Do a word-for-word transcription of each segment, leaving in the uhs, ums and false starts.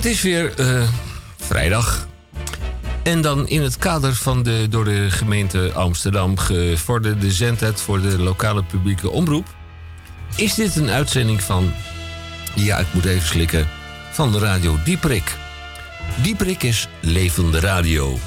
is weer uh, vrijdag. En dan in het kader van de door de gemeente Amsterdam gevorderde zendtijd voor de lokale publieke omroep is dit een uitzending van, ja, ik moet even slikken, van de Radio Dieprik. Dieprik is levende radio.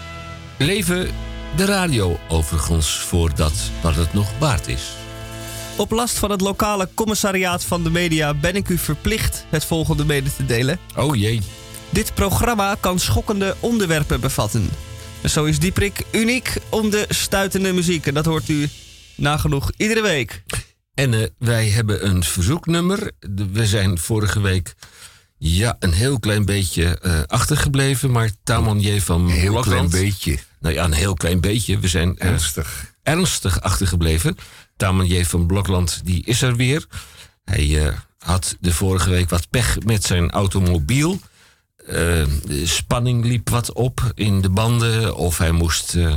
Leven de radio overigens voor dat wat het nog waard is. Op last van het lokale commissariaat van de media ben ik u verplicht het volgende mede te delen. Oh jee. Dit programma kan schokkende onderwerpen bevatten. Zo is Dieprik uniek om de stuitende muziek. En dat hoort u nagenoeg iedere week. En uh, wij hebben een verzoeknummer. We zijn vorige week ja, een heel klein beetje uh, achtergebleven. Maar Tamon J. van Blokland... Een heel Blokland, klein beetje. Nou ja, een heel klein beetje. We zijn uh, ernstig. ernstig achtergebleven. Tamon J. van Blokland, die is er weer. Hij uh, had de vorige week wat pech met zijn automobiel. Uh, de spanning liep wat op in de banden. Of hij moest... Uh,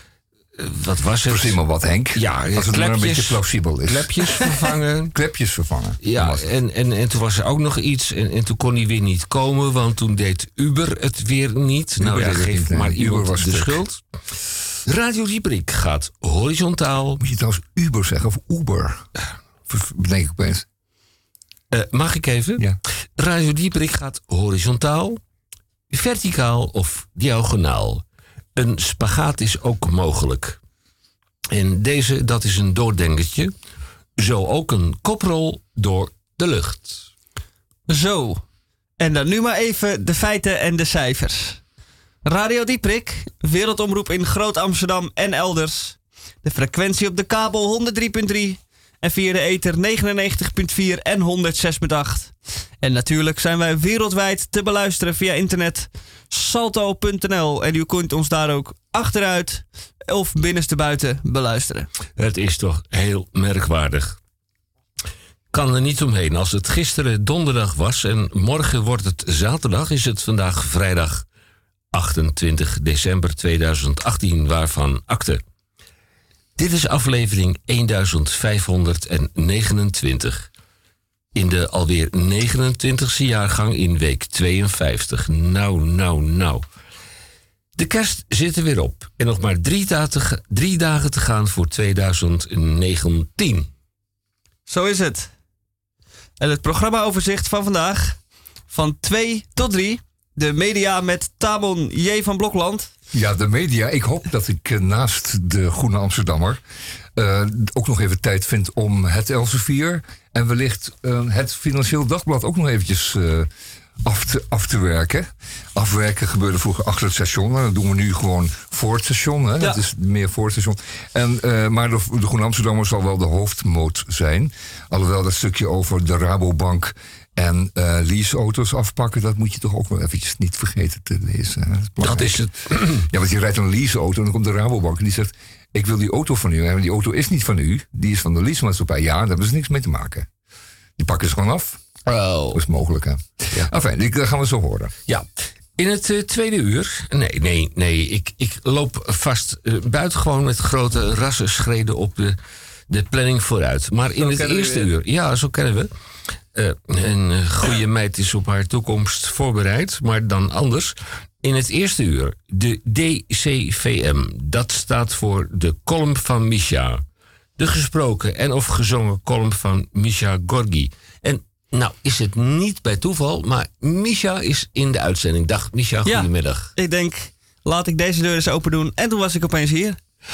wat was het? Precies maar wat, Henk. Ja, als het klepjes, maar een beetje plausibel is. Klepjes vervangen. Klepjes vervangen. Ja, en, en, en toen was er ook nog iets. En, en toen kon hij weer niet komen, want toen deed Uber het weer niet. Uber nou ja, geef niet, maar Uber iemand was de stuk. schuld. Radio Dieprik gaat horizontaal. Moet je trouwens Uber zeggen of Uber? Bedenk ik opeens. Uh, mag ik even? Ja. Radio Dieprik gaat horizontaal, verticaal of diagonaal. Een spagaat is ook mogelijk. En deze, dat is een doordenkertje. Zo ook een koprol door de lucht. Zo. En dan nu maar even de feiten en de cijfers. Radio Dieprik, wereldomroep in Groot-Amsterdam en elders. De frequentie op de kabel honderd drie komma drie... en via de ether negenennegentig komma vier en honderd zes komma acht. En natuurlijk zijn wij wereldwijd te beluisteren via internet salto punt n l. En u kunt ons daar ook achteruit of binnenstebuiten beluisteren. Het is toch heel merkwaardig. Kan er niet omheen. Als het gisteren donderdag was en morgen wordt het zaterdag, is het vandaag vrijdag achtentwintig december tweeduizend achttien, waarvan akte. Dit is aflevering vijfhonderdnegenentwintig. In de alweer negenentwintigste jaargang in week tweeënvijftig. Nou, nou, nou. De kerst zit er weer op. En nog maar drie, dagen, drie dagen te gaan voor tweeduizend negentien. Zo is het. En het programmaoverzicht van vandaag. Van twee tot drie. De media met Tamon J. van Blokland. Ja, de media. Ik hoop dat ik uh, naast de Groene Amsterdammer uh, ook nog even tijd vind om het Elsevier en wellicht uh, het Financieel Dagblad ook nog eventjes uh, af, te, af te werken. Afwerken gebeurde vroeger achter het station. Dat doen we nu gewoon voor het station. Hè? Ja. Dat is meer voor het station. En, uh, maar de, de Groene Amsterdammer zal wel de hoofdmoot zijn. Alhoewel dat stukje over de Rabobank en uh, leaseauto's afpakken, dat moet je toch ook wel eventjes niet vergeten te lezen. Hè? Dat, Dat is het. Ja, want je rijdt een leaseauto en dan komt de Rabobank en die zegt, ik wil die auto van u. En die auto is niet van u, die is van de leasemaatschappij. Ja, daar hebben ze niks mee te maken. Die pakken ze gewoon af. Oh. Dat is mogelijk, hè. Ja. Enfin, dat gaan we zo horen. Ja. In het uh, tweede uur... Nee, nee, nee. Ik, ik loop vast uh, buitengewoon met grote rassenschreden op de, de planning vooruit. Maar in Zo het eerste uur... Ja, zo kennen we. Uh, een uh, goede meid is op haar toekomst voorbereid, maar dan anders. In het eerste uur, de D C V M. Dat staat voor de column van Misha. De gesproken en of gezongen column van Misha Gorgi. En nou is het niet bij toeval, maar Misha is in de uitzending. Dag Misha, goedemiddag. Ja, ik denk, laat ik deze deur eens open doen. En toen was ik opeens hier.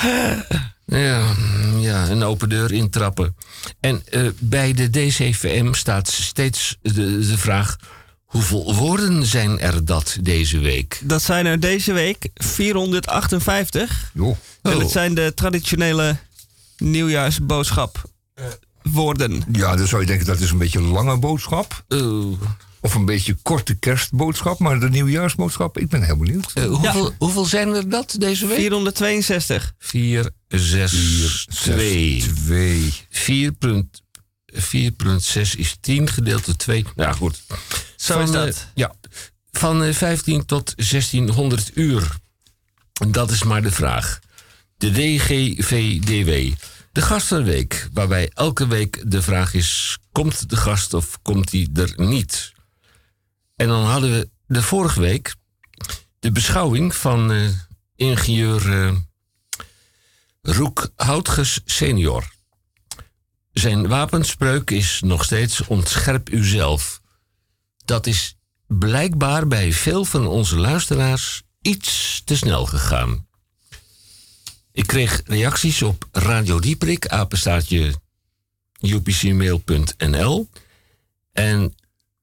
Ja, ja, een open deur intrappen. En uh, bij de D C V M staat steeds de, de vraag, hoeveel woorden zijn er dat deze week? Dat zijn er deze week vierhonderdachtenvijftig. Jo. En Oh. het zijn de traditionele nieuwjaarsboodschap woorden. Ja, dan zou je denken dat is een beetje een lange boodschap. Uh, Of een beetje korte kerstboodschap. Maar de nieuwjaarsboodschap, ik ben heel benieuwd. uh, hoeveel, Ja. hoeveel zijn er dat deze week? vierhonderdtweeënzestig. vier, zes, twee. twee. vier komma zes is tien gedeeld door twee. Nou ja, goed. Zo is dat. Uh, ja, van uh, vijftien tot zestienhonderd uur. Dat is maar de vraag. De D G V D W. De gast van de week, waarbij elke week de vraag is, komt de gast of komt hij er niet? En dan hadden we de vorige week de beschouwing van uh, ingenieur uh, Roek Houtges senior. Zijn wapenspreuk is nog steeds ontscherp uzelf. Dat is blijkbaar bij veel van onze luisteraars iets te snel gegaan. Ik kreeg reacties op Radio Dieprik, apenstaartje u p c mail punt n l. En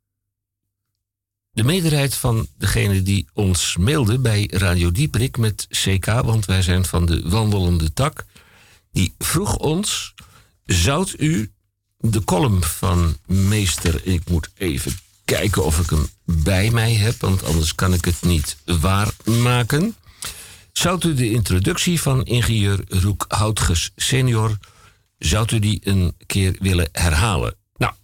de meerderheid van degenen die ons mailden bij Radio Dieprik met C K, want wij zijn van de wandelende tak, die vroeg ons, zou u de column van meester, ik moet even kijken of ik hem bij mij heb, want anders kan ik het niet waarmaken. Zou u de introductie van ingenieur Roek Houtges senior, zou u die een keer willen herhalen? Nou,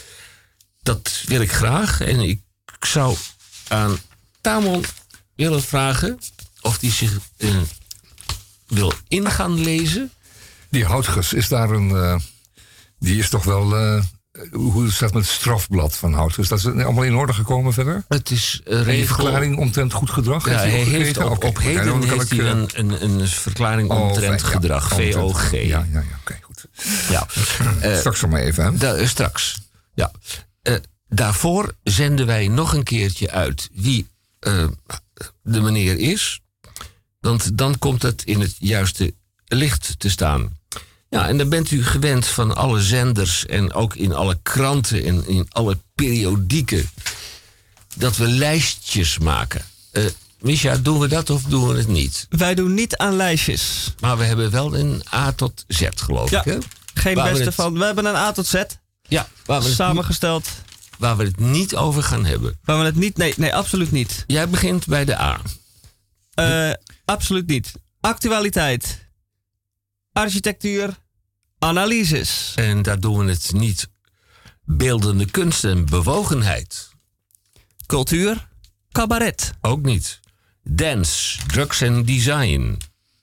dat wil ik graag. En ik zou aan Tamon willen vragen of hij zich uh, wil in gaan lezen. Die Houtges, is daar een... Uh, die is toch wel... Uh, hoe staat het met het strafblad van Houtges? Dat is allemaal in orde gekomen verder? Het is uh, regel... Een verklaring omtrent goed gedrag? Ja, heeft hij heeft op, okay. op heden okay, heeft hij een, een, een verklaring oh, omtrent fijn, gedrag, ja, V O G. Ja, ja, ja, oké, okay, goed. Ja. Uh, straks nog maar even, hè? Da, uh, straks, ja. Uh, daarvoor zenden wij nog een keertje uit wie uh, de meneer is. Want dan komt het in het juiste licht te staan. Ja, en dan bent u gewend van alle zenders en ook in alle kranten en in alle periodieken dat we lijstjes maken. Uh, Misha, doen we dat of doen we het niet? Wij doen niet aan lijstjes. Maar we hebben wel een A tot Z, geloof ja, ik. Hè? Geen waar beste we het, van. We hebben een A tot Z. Ja, waar we samengesteld. Het, waar we het niet over gaan hebben. Waar we het niet, nee, nee, absoluut niet. Jij begint bij de A. Uh, absoluut niet. Actualiteit. Architectuur. Analyses. En daar doen we het niet. Beeldende kunst en bewogenheid. Cultuur. Cabaret. Ook niet. Dance, drugs en design.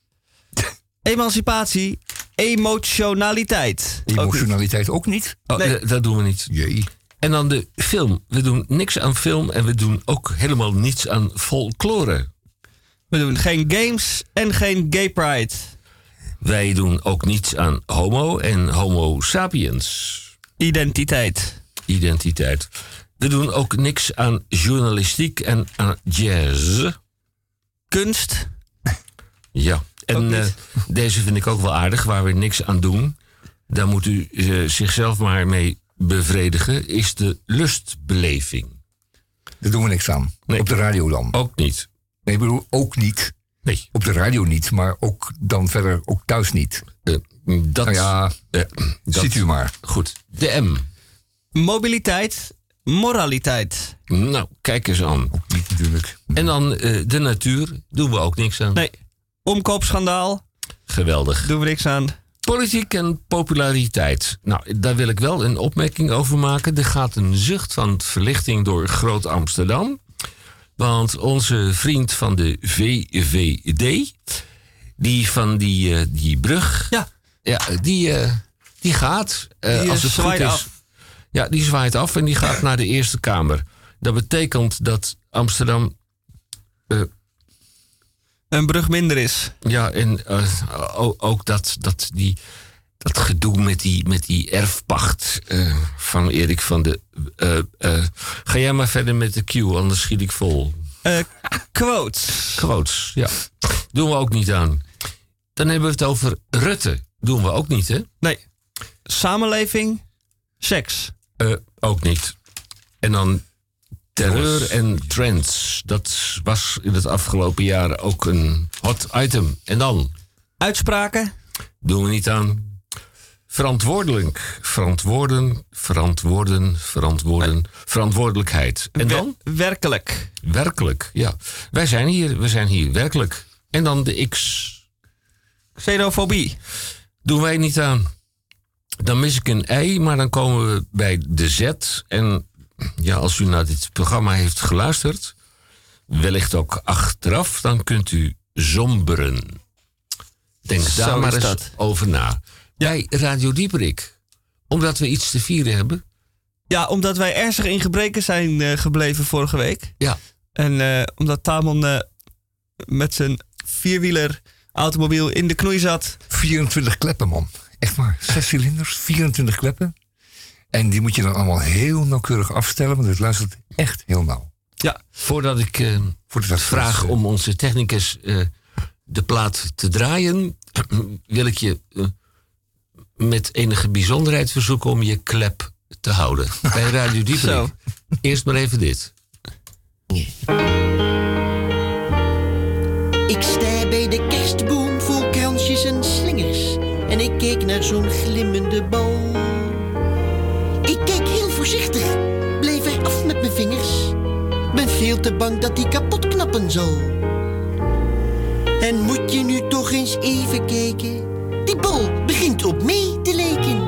Emancipatie. Emotionaliteit. Emotionaliteit ook niet? Oh, nee. d- dat doen we niet. Jee. En dan de film. We doen niks aan film en we doen ook helemaal niets aan folklore. We doen geen games en geen gay pride. Wij doen ook niets aan homo en homo sapiens. Identiteit. Identiteit. We doen ook niks aan journalistiek en aan jazz. Kunst. Ja, en uh, deze vind ik ook wel aardig, waar we niks aan doen. Daar moet u uh, zichzelf maar mee bevredigen, is de lustbeleving. Daar doen we niks aan. Nee. Op de radio dan? Ook niet. Nee, ik bedoel ook niet. Nee. Op de radio niet, maar ook dan verder ook thuis niet. Uh, dat, nou ja, uh, dat, ziet u maar. Goed. De M. Mobiliteit, moraliteit. Nou, kijk eens aan. Ook niet natuurlijk. En dan uh, de natuur, doen we ook niks aan. Nee. Omkoopschandaal. Geweldig. Doen we niks aan. Politiek en populariteit. Nou, daar wil ik wel een opmerking over maken. Er gaat een zucht van verlichting door Groot Amsterdam. Want onze vriend van de V V D, die van die, uh, die brug, ja. Ja, die, uh, die gaat, uh, die als het goed is, af. Ja, die zwaait af en die gaat naar de Eerste Kamer. Dat betekent dat Amsterdam Uh, een brug minder is. Ja, en uh, ook, ook dat, dat, die, dat gedoe met die, met die erfpacht uh, van Erik van de... Uh, uh, ga jij maar verder met de Q, anders schiet ik vol. Uh, quotes. Quotes, ja. Doen we ook niet aan. Dan hebben we het over Rutte. Doen we ook niet, hè? Nee. Samenleving, seks. Uh, ook niet. En dan terreur en trends. Dat was in het afgelopen jaar ook een hot item. En dan? Uitspraken. Doen we niet aan. Verantwoordelijk. Verantwoorden, verantwoorden, verantwoorden. Nee. Verantwoordelijkheid. En dan? Wer- werkelijk. Werkelijk, ja. Wij zijn hier, we zijn hier werkelijk. En dan de X. Xenofobie. Doen wij niet aan. Dan mis ik een Y, maar dan komen we bij de Z. En ja, als u naar dit programma heeft geluisterd, wellicht ook achteraf, dan kunt u zomberen. Denk Zo daar maar eens dat. over na. Bij Radio Dieperik, omdat we iets te vieren hebben. Ja, omdat wij ernstig in gebreken zijn uh, gebleven vorige week. Ja. En uh, omdat Tamon uh, met zijn vierwieler automobiel in de knoei zat. vierentwintig kleppen, man. Echt maar. Zes cilinders, vierentwintig kleppen. En die moet je dan allemaal heel nauwkeurig afstellen, want het luistert echt heel nauw. Ja, voordat ik uh, voordat vraag uh, om onze technicus uh, de plaat te draaien, wil ik je uh, met enige bijzonderheid verzoeken om je klep te houden. Bij Radio Dieprik. Eerst maar even dit. Ik sta bij de kerstboom vol kransjes en slingers en ik keek naar zo'n glimmende bal. Ik keek heel voorzichtig, bleef er af met mijn vingers. Ben veel te bang dat die kapot knappen zal. En moet je nu toch eens even kijken, die bal begint op mij te lijken.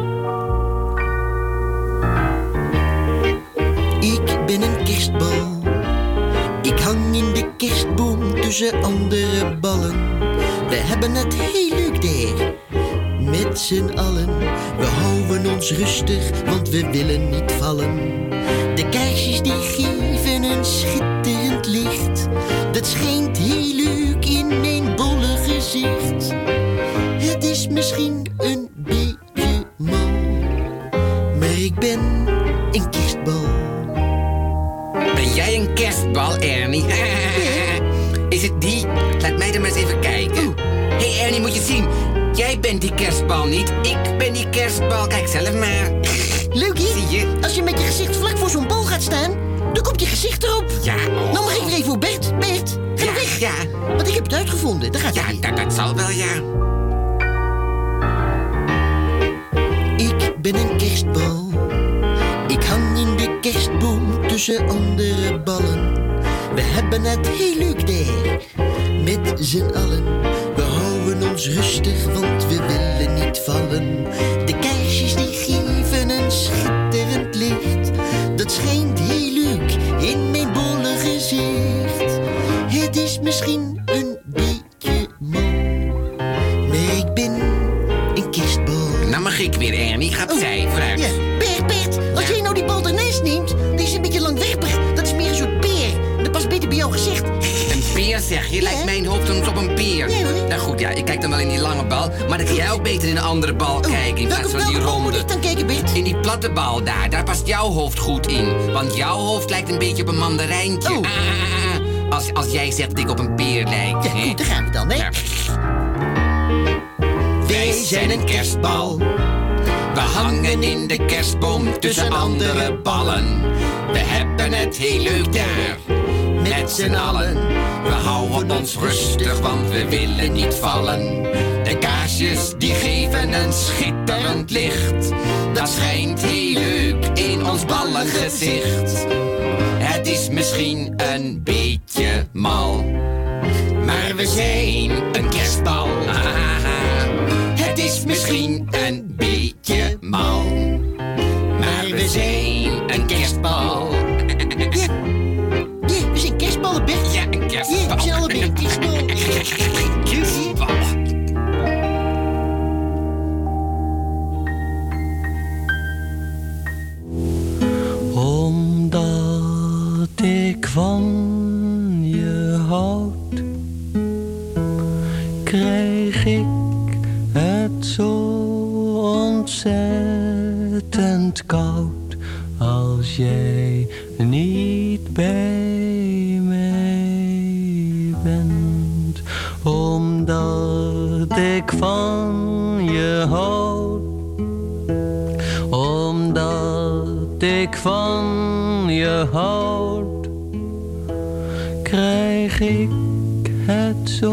Ik ben een kerstbal. Ik hang in de kerstboom tussen andere ballen. We hebben het heel leuk daar, met z'n allen. We houden ons rustig, want we willen niet vallen. De kaarsjes die geven een schitterend licht. Dat schijnt heel leuk in mijn bolle gezicht. Het is misschien een beetje mal, maar ik ben een kerstbal. Ben jij een kerstbal, Ernie? Is het die? Laat mij er maar eens even kijken. Hé hey Ernie, moet je zien. Jij bent die kerstbal niet. Ik ben die kerstbal. Kijk zelf maar. Leuk, hè? Zie je? Als je met je gezicht vlak voor zo'n bal gaat staan, dan komt je gezicht erop. Ja, oh. Nou mag ik weer even voor Bert. Bert, ga ja, weg. Ja. Want ik heb het uitgevonden. Daar gaat ja, hij. dat, dat zal wel, ja. Ik ben een kerstbal. Ik hang in de kerstboom tussen andere ballen. We hebben het heel leuk daar, met z'n allen. We houden ons rustig, want we willen niet vallen. De kaarsjes die geven een schitterend licht. Dat schijnt heel leuk in mijn bolle gezicht. Het is misschien een beetje mal, maar ik ben een kerstbal. Nou mag ik weer, Ernie. Ga opzij, oh, vooruit. Ja, Bert, Bert, als ja. jij nou die bal ernaast neemt, die is een beetje langwerpig. Dat is meer een soort peer. Dat past beter bij jouw gezicht. Een peer, zeg je? Ja. Lijkt mijn hoofd soms op een peer. Ja, hoor. Nou goed, ja, ik kijk dan wel in die lange bal. Maar dan kan jij ook beter in een andere bal oh, kijken in plaats van die ronde. Welke moet ik dan kijken, Bert? In die platte bal daar, daar past jouw hoofd goed in. Want jouw hoofd lijkt een beetje op een mandarijntje. Oh. Ah, als, als jij zegt dat ik op een peer lijk. Ja, goed, daar gaan we dan, hè? Ja. Wij zijn een kerstbal. We hangen in de kerstboom tussen andere ballen. We hebben het heel leuk daar, met z'n allen. We houden ons rustig, want we willen niet vallen. De kaarsjes die geven een schitterend licht. Dat schijnt heel leuk in ons ballengezicht. Het is misschien een beetje mal, maar we zijn een kerstbal. Het is misschien een beetje mal, maar we zijn een kerstbal. Ja, ja, we zijn kerstballen, Bert. Ja, een kerstbal. Ja, we zijn allebei een kerstbal. Kerstbal. Omdat ik van je houd, krijg ik het zo ontzettend koud als jij niet bij mij bent. Omdat ik van je houd, omdat ik van je houd, krijg ik het zo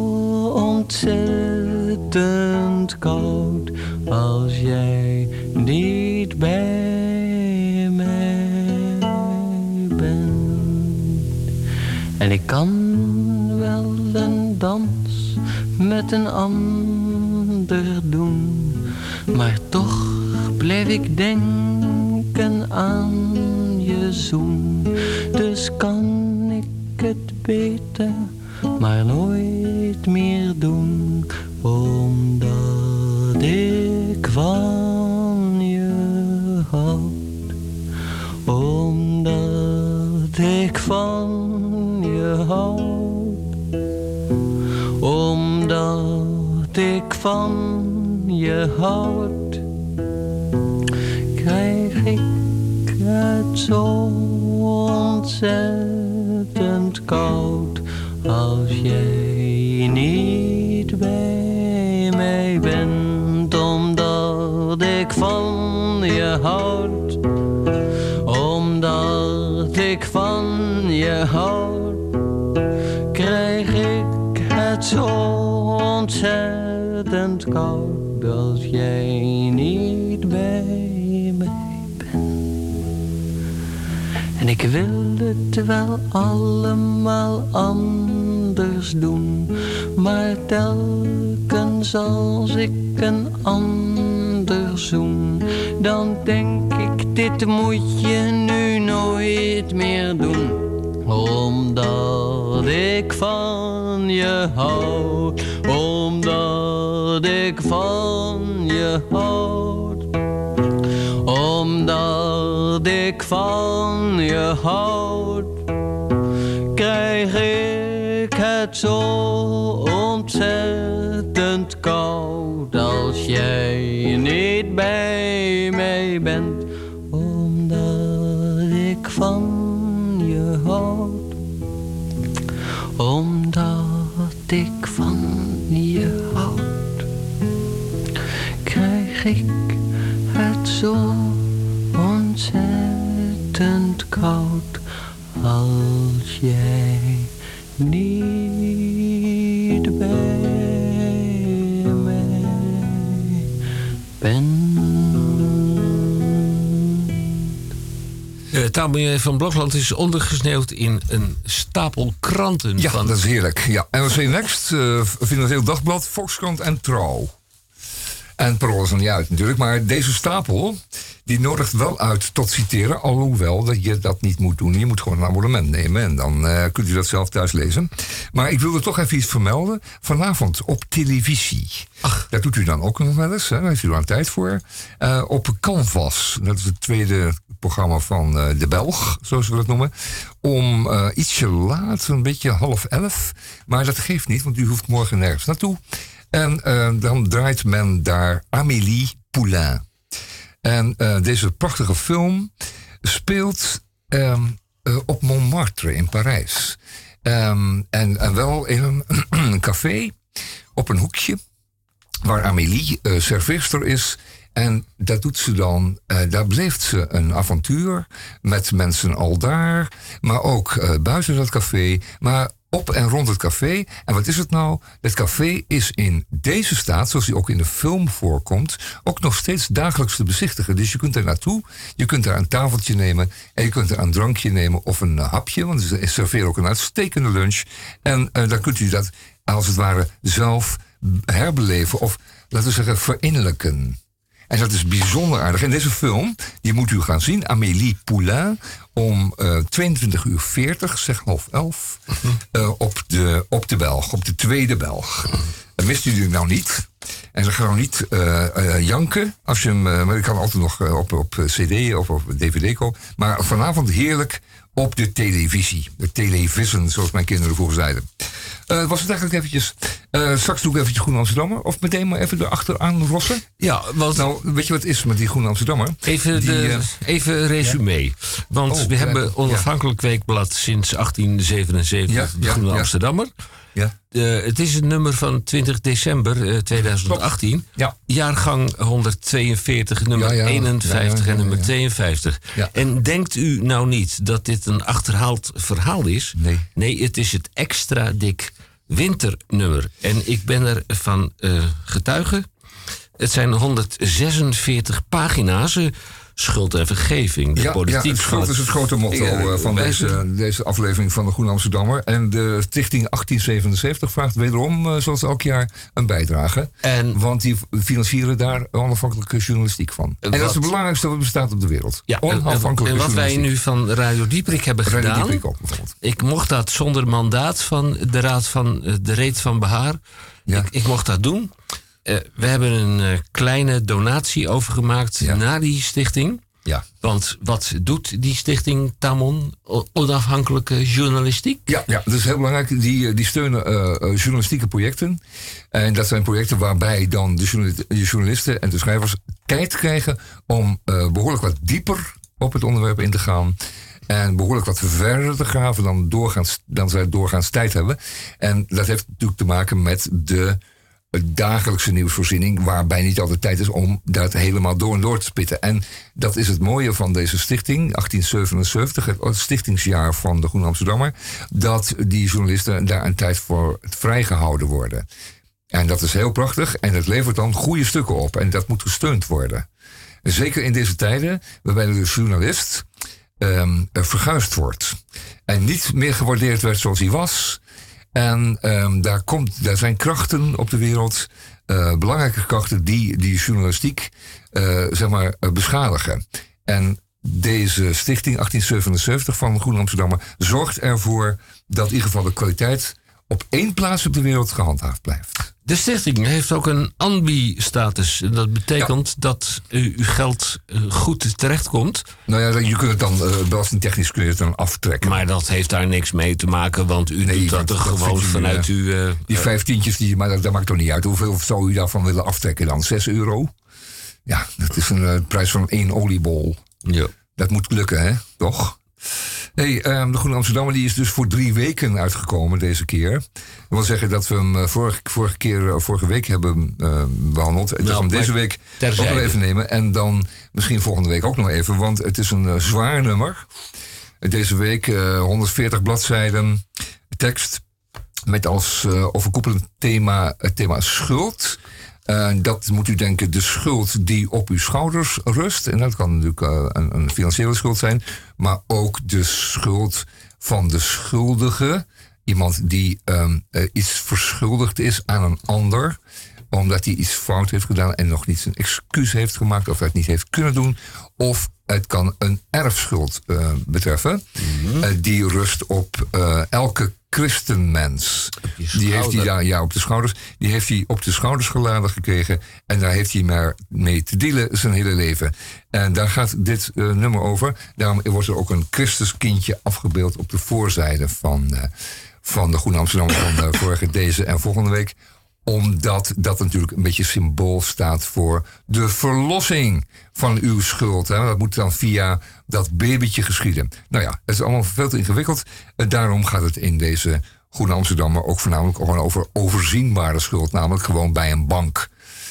ontzettend koud als jij niet bij mij bent. En ik kan wel een dans met een ander doen, maar toch blijf ik denken aan je zoen. Dus kan ik het beter maar nooit meer doen, omdat ik van je houd, omdat ik van van je houd, krijg ik het zo ontzettend koud. Als jij niet bij mij bent, omdat ik van je houd, omdat ik van je houd, krijg ik het zo ontzettend koud. Als jij niet bij mij bent. En ik wil het wel allemaal anders doen, maar telkens als ik een ander zoen, dan denk ik, dit moet je nu nooit meer doen. Omdat ik van je houd, omdat ik van je houd, omdat ik van je houd, krijg ik het zo ontzettend koud. Als jij niet bij mij bent, omdat ik van je houd, omdat ik van je houd, krijg ik het zo ontzettend koud. Als jij niet bij mij bent. Uh, Taalmilieu van Blokland is ondergesneeuwd in een stapel kranten. Ja, van... dat is heerlijk. Ja. N R C Next, uh, Financieel Dagblad, Volkskrant en Trouw. En Parool is er niet uit natuurlijk, maar deze stapel die nodigt wel uit tot citeren, alhoewel dat je dat niet moet doen. Je moet gewoon een abonnement nemen en dan uh, kunt u dat zelf thuis lezen. Maar ik wilde toch even iets vermelden. Vanavond op televisie. Ach. Dat doet u dan ook nog wel eens, hè? Daar heeft u dan tijd voor. Uh, op Canvas, dat is het tweede programma van uh, De Belg, zoals we dat noemen. Om uh, ietsje laat, een beetje half elf. Maar dat geeft niet, want u hoeft morgen nergens naartoe. En uh, dan draait men daar Amélie Poulain. En uh, deze prachtige film speelt um, uh, op Montmartre in Parijs. Um, en, en wel in een, een café op een hoekje waar Amélie uh, serveerster is. En dat doet ze dan, uh, daar beleeft ze een avontuur met mensen al daar, maar ook uh, buiten dat café, maar op en rond het café. En wat is het nou? Het café is in deze staat, zoals die ook in de film voorkomt, ook nog steeds dagelijks te bezichtigen. Dus je kunt er naartoe, je kunt daar een tafeltje nemen en je kunt er een drankje nemen of een hapje, want ze serveren ook een uitstekende lunch. En uh, dan kunt u dat als het ware zelf herbeleven of, laten we zeggen, verinnerlijken. En dat is bijzonder aardig. En deze film, die moet u gaan zien, Amélie Poulain, om uh, tweeëntwintig uur veertig, zeg half elf, uh, op, de, op de Belg, op de tweede Belg. Dat mist u nou niet. En ze gaan nou niet uh, uh, janken, als je hem, uh, maar ik kan altijd nog uh, op, op cd of op D V D kopen. Maar vanavond heerlijk op de televisie. De television, zoals mijn kinderen vroeger zeiden. Uh, was het eigenlijk eventjes... Uh, straks doe ik eventjes Groene Amsterdammer. Of meteen maar even erachteraan rossen. Ja, want... Nou, weet je wat het is met die Groene Amsterdammer? Even, die, de, uh, even resume. Ja? Want oh, we ja, hebben Onafhankelijk ja. Weekblad sinds achttien zevenenzeventig. Ja, de Groene ja, Amsterdammer. Ja. Uh, het is een nummer van twintig december uh, tweeduizend achttien. Ja. Jaargang honderdtweeënveertig, nummer ja, ja. eenenvijftig ja, ja, ja, ja. en nummer tweeënvijftig. Ja. En denkt u nou niet dat dit een achterhaald verhaal is? Nee. Nee, het is het extra dik winternummer. En ik ben ervan uh, getuige. Het zijn honderdzesenveertig pagina's. Uh, Schuld en vergeving. De ja, politiek ja, het schuld is het grote motto ja, van deze, deze aflevering van de Groene Amsterdammer. En de Stichting achttien zevenenzeventig vraagt wederom, zoals elk jaar, een bijdrage. En, want die financieren daar onafhankelijke journalistiek van. En wat, dat is het belangrijkste wat bestaat op de wereld. Ja, onafhankelijke en wat wij nu van Radio Dieprik hebben Radio gedaan. Dieprik ook, bijvoorbeeld. Ik mocht dat zonder mandaat van de Raad van de Reet van Behaar. Ja. Ik, ik mocht dat doen. Uh, we hebben een uh, kleine donatie overgemaakt ja. naar die stichting. Ja. Want wat doet die stichting Tamon? O- Onafhankelijke journalistiek? Ja, ja, dat is heel belangrijk. Die, die steunen uh, journalistieke projecten. En dat zijn projecten waarbij dan de journalisten, de journalisten en de schrijvers tijd krijgen om uh, behoorlijk wat dieper op het onderwerp in te gaan. En behoorlijk wat verder te graven dan, doorgaans, dan zij doorgaans tijd hebben. En dat heeft natuurlijk te maken met de dagelijkse nieuwsvoorziening, waarbij niet altijd tijd is om dat helemaal door en door te spitten. En dat is het mooie van deze stichting, achttien zevenenzeventig, het stichtingsjaar van de Groene Amsterdammer, dat die journalisten daar een tijd voor vrijgehouden worden. En dat is heel prachtig en het levert dan goede stukken op en dat moet gesteund worden. Zeker in deze tijden, waarbij de journalist um, verguisd wordt en niet meer gewaardeerd werd zoals hij was. En um, daar, komt, daar zijn krachten op de wereld, uh, belangrijke krachten die die journalistiek uh, zeg maar, uh, beschadigen. En deze stichting achttien zevenenzeventig van de Groene Amsterdammer zorgt ervoor dat in ieder geval de kwaliteit op één plaats op de wereld gehandhaafd blijft. De stichting heeft ook een A N B I-status. En dat betekent ja. dat uh, uw geld uh, goed terechtkomt. Nou ja, je kunt het dan, uh, belastingtechnisch kun je het dan aftrekken. Maar dat heeft daar niks mee te maken, want u nee, doet dat er gewoon u, vanuit uh, uw... Uh, die vijftientjes, die, maar dat, dat maakt toch niet uit. Hoeveel zou u daarvan willen aftrekken dan? Zes euro? Ja, dat is een uh, prijs van één oliebol. Ja. Dat moet lukken, hè? Toch? Hey, um, de Groene Amsterdammer die is dus voor drie weken uitgekomen deze keer. Dat wil zeggen dat we hem uh, vorige, vorige, keer, uh, vorige week hebben uh, behandeld. Nou, dat we hem deze week ook nog even nemen. En dan misschien volgende week ook nog even. Want het is een uh, zwaar nummer. Deze week uh, honderdveertig bladzijden tekst. Met als uh, overkoepelend thema het thema schuld. Uh, dat moet u denken, de schuld die op uw schouders rust. En dat kan natuurlijk uh, een, een financiële schuld zijn. Maar ook de schuld van de schuldige. Iemand die um, uh, iets verschuldigd is aan een ander. Omdat hij iets fout heeft gedaan en nog niet zijn excuus heeft gemaakt. Of het niet heeft kunnen doen. Of het kan een erfschuld uh, betreffen. Mm-hmm. Uh, die rust op uh, elke christenmens. Die heeft hij ja, ja, op de schouders. Die heeft hij op de schouders geladen gekregen. En daar heeft hij maar mee te dealen zijn hele leven. En daar gaat dit uh, nummer over. Daarom wordt er ook een Christuskindje afgebeeld op de voorzijde van, uh, van de Groene Amsterdam van uh, vorige, deze en volgende week. Omdat dat natuurlijk een beetje symbool staat voor de verlossing van uw schuld. Hè. Dat moet dan via dat babytje geschieden. Nou ja, het is allemaal veel te ingewikkeld. En daarom gaat het in deze Groene Amsterdammer ook voornamelijk gewoon over overzienbare schuld. Namelijk gewoon bij een bank.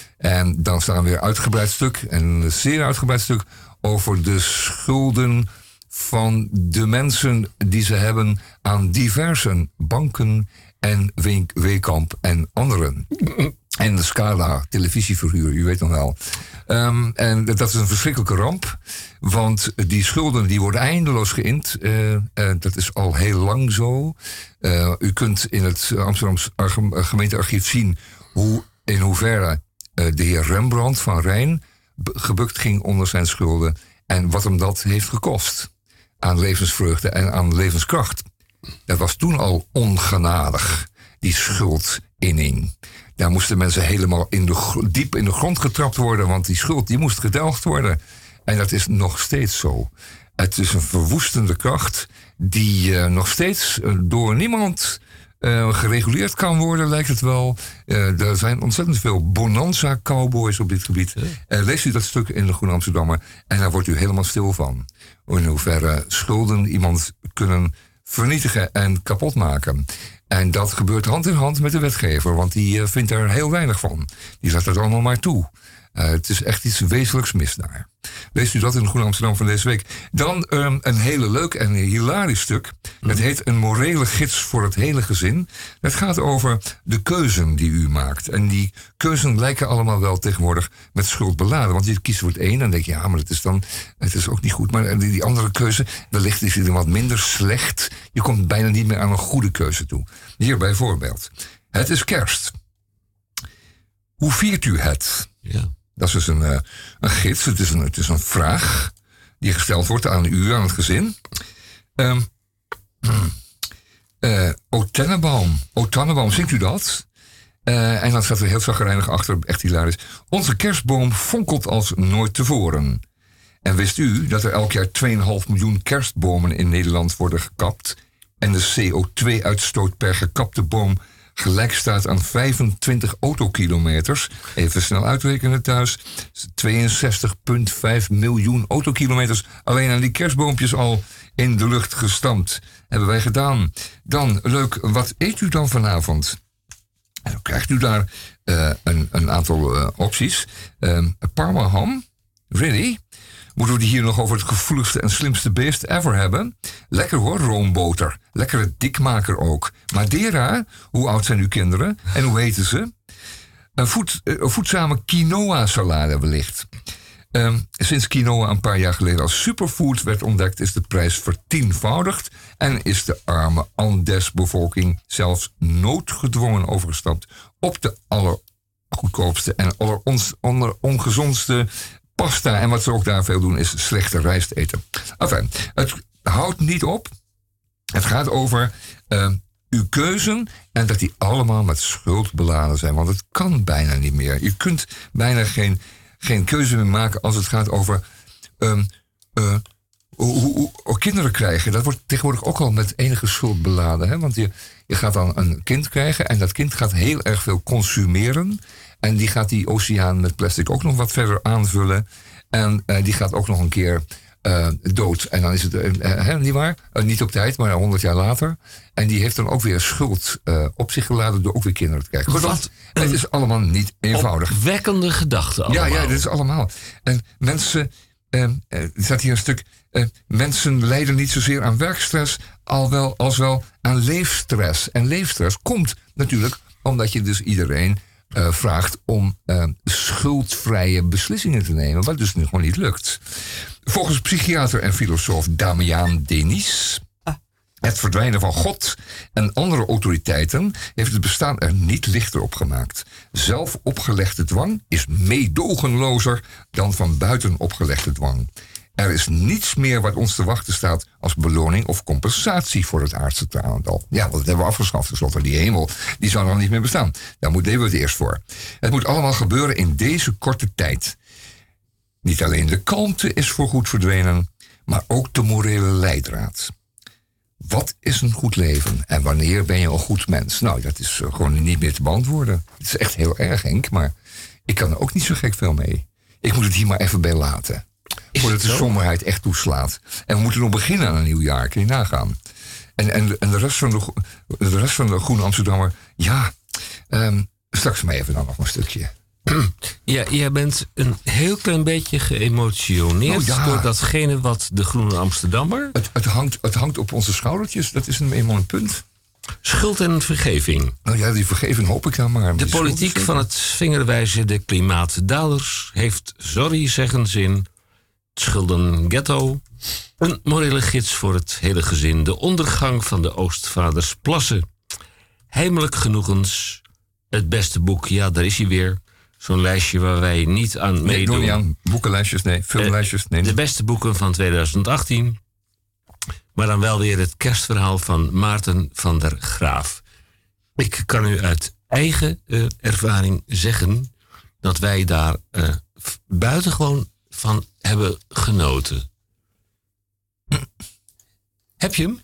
En dan staat er weer een uitgebreid stuk, een zeer uitgebreid stuk, over de schulden van de mensen die ze hebben aan diverse banken en Weekamp en anderen. En de Scala, televisieverhuur, u weet nog wel. Um, en dat is een verschrikkelijke ramp. Want die schulden die worden eindeloos geïnd. Uh, uh, dat is al heel lang zo. Uh, u kunt in het Amsterdamse gemeentearchief zien hoe, in hoeverre uh, de heer Rembrandt van Rijn gebukt ging onder zijn schulden. En wat hem dat heeft gekost. Aan levensvreugde en aan levenskracht. Dat was toen al ongenadig, die schuldinning. Daar moesten mensen helemaal in de, diep in de grond getrapt worden, want die schuld die moest gedelgd worden. En dat is nog steeds zo. Het is een verwoestende kracht die uh, nog steeds uh, door niemand uh, gereguleerd kan worden, lijkt het wel. Uh, er zijn ontzettend veel bonanza-cowboys op dit gebied. Uh, leest u dat stuk in de Groene Amsterdammer en daar wordt u helemaal stil van. In hoeverre schulden iemand kunnen vernietigen en kapot maken. En dat gebeurt hand in hand met de wetgever, want die uh, vindt er heel weinig van. Die laat het allemaal maar toe. Uh, het is echt iets wezenlijks mis daar. Leest u dat in de Groene Amsterdam van deze week. Dan um, een hele leuk en hilarisch stuk. Dat heet Een morele gids voor het hele gezin. Dat gaat over de keuzen die u maakt. En die keuzen lijken allemaal wel tegenwoordig met schuld beladen. Want je kiest voor het een en dan denk je, ja, maar dat is dan, het is ook niet goed. Maar die, die andere keuze, wellicht is die wat minder slecht. Je komt bijna niet meer aan een goede keuze toe. Hier bijvoorbeeld. Het is kerst. Hoe viert u het? Ja. Dat is dus een, uh, een gids. Het is een, het is een vraag die gesteld wordt aan u, aan het gezin. Um, uh, O Tannenbaum. O Tannenbaum, zingt u dat? Uh, en dan staat er heel zagrijnig achter, echt hilarisch. Onze kerstboom fonkelt als nooit tevoren. En wist u dat er elk jaar twee komma vijf miljoen kerstbomen in Nederland worden gekapt en de C O twee uitstoot per gekapte boom gelijk staat aan vijfentwintig autokilometers. Even snel uitrekenen thuis. tweeënzestig komma vijf miljoen autokilometers alleen aan die kerstboompjes al in de lucht gestampt. Hebben wij gedaan. Dan, leuk, wat eet u dan vanavond? En dan krijgt u daar uh, een, een aantal uh, opties. Uh, Parma ham. Really? Moeten we die hier nog over het gevoeligste en slimste beest ever hebben? Lekker hoor, roomboter. Lekkere dikmaker ook. Madeira, hoe oud zijn uw kinderen? En hoe heten ze? Een, voed, een voedzame quinoa-salade wellicht. Um, sinds quinoa een paar jaar geleden als superfood werd ontdekt, is de prijs vertienvoudigd en is de arme Andes-bevolking zelfs noodgedwongen overgestapt op de allergoedkoopste en allerongezondste pasta. En wat ze ook daar veel doen is slechte rijst eten. Enfin, het houdt niet op. Het gaat over uh, uw keuzen en dat die allemaal met schuld beladen zijn. Want het kan bijna niet meer. Je kunt bijna geen, geen keuze meer maken als het gaat over um, uh, hoe, hoe, hoe kinderen krijgen. Dat wordt tegenwoordig ook al met enige schuld beladen. Hè? Want je, je gaat dan een kind krijgen en dat kind gaat heel erg veel consumeren. En die gaat die oceaan met plastic ook nog wat verder aanvullen. En uh, die gaat ook nog een keer uh, dood. En dan is het, uh, uh, niet waar? Uh, niet op tijd, maar honderd jaar later. En die heeft dan ook weer schuld uh, op zich geladen door ook weer kinderen te krijgen. Goed, wat het is allemaal niet eenvoudig. Opwekkende gedachten allemaal. Ja, ja, dit is allemaal. En mensen, uh, uh, er staat hier een stuk, uh, mensen lijden niet zozeer aan werkstress al wel, als wel aan leefstress. En leefstress komt natuurlijk omdat je dus iedereen Uh, vraagt om uh, schuldvrije beslissingen te nemen, wat dus nu gewoon niet lukt. Volgens psychiater en filosoof Damian Denis, ah. het verdwijnen van God en andere autoriteiten heeft het bestaan er niet lichter op gemaakt. Zelf opgelegde dwang is meedogenlozer dan van buiten opgelegde dwang. Er is niets meer wat ons te wachten staat als beloning of compensatie voor het aardse aantal. Ja, dat hebben we afgeschaft. Tenslotte, die hemel, die zou dan niet meer bestaan. Daar moeten we het eerst voor. Het moet allemaal gebeuren in deze korte tijd. Niet alleen de kalmte is voorgoed verdwenen, maar ook de morele leidraad. Wat is een goed leven en wanneer ben je een goed mens? Nou, dat is gewoon niet meer te beantwoorden. Het is echt heel erg, Henk, maar ik kan er ook niet zo gek veel mee. Ik moet het hier maar even bij laten. Voordat de somberheid echt toeslaat. En we moeten nog beginnen aan een nieuw jaar. Kun je nagaan. En, en, en de, rest van de, de rest van de Groene Amsterdammer. Ja, um, straks maar even dan nog een stukje. Ja, jij bent een heel klein beetje geëmotioneerd oh, ja. door datgene wat de Groene Amsterdammer. Het, het, hangt, het hangt op onze schoudertjes. Dat is een eenmaal een punt. Schuld en vergeving. Nou ja, die vergeving hoop ik dan maar. De politiek van het vingerwijzen de klimaatdalers heeft, sorry zeggen ze in, schulden ghetto, een morele gids voor het hele gezin, de ondergang van de Oostvaders plassen, heimelijk genoegens, het beste boek, ja, daar is hij weer. Zo'n lijstje waar wij niet aan meedoen. Nee, doe niet aan. Boekenlijstjes, nee. Filmlijstjes, nee. De beste boeken van tweeduizend achttien. Maar dan wel weer het kerstverhaal van Maarten van der Graaf. Ik kan u uit eigen uh, ervaring zeggen dat wij daar uh, buitengewoon van hebben genoten. Heb je hem?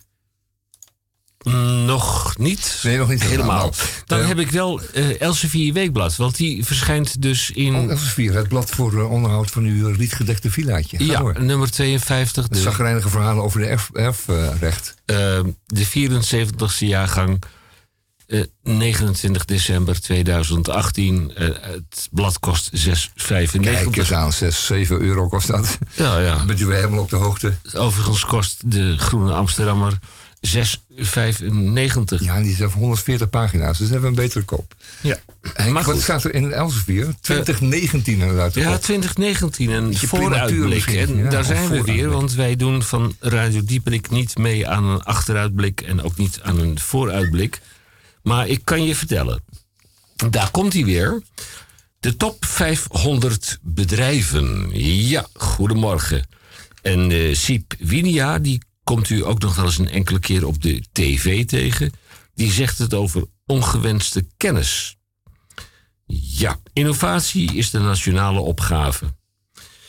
Nog niet. Nee, nog niet helemaal. helemaal. Dan uh, heb ik wel uh, Elsevier Weekblad, want die verschijnt dus in... Oh, Elsevier, het blad voor uh, onderhoud van uw rietgedekte villaatje. Ga ja, door. nummer tweeënvijftig. De zagrijnige verhalen over de erfrecht. Uh, de vierenzeventigste jaargang, uh, negenentwintig december tweeduizend achttien. Uh, het blad kost zes vijfennegentig. Kijk eens aan, zes, zeven euro kost dat. Ja, ja. Bent u weer helemaal op de hoogte. Overigens kost de Groene Amsterdammer zes vijfennegentig. Ja, die zijn honderdveertig pagina's, dus hebben we een betere koop. Ja. Henk, maar wat staat er in Elsevier? twintig negentien inderdaad. Ja, twintig negentien, een vooruitblik. En ja, daar zijn we weer, want wij doen van Radio Dieperik niet mee aan een achteruitblik en ook niet aan een vooruitblik. Maar ik kan je vertellen, daar komt hij weer. De top vijfhonderd bedrijven. Ja, goedemorgen. En uh, Siep Winia, die komt u ook nog wel eens een enkele keer op de tv tegen. Die zegt het over ongewenste kennis. Ja, innovatie is de nationale opgave.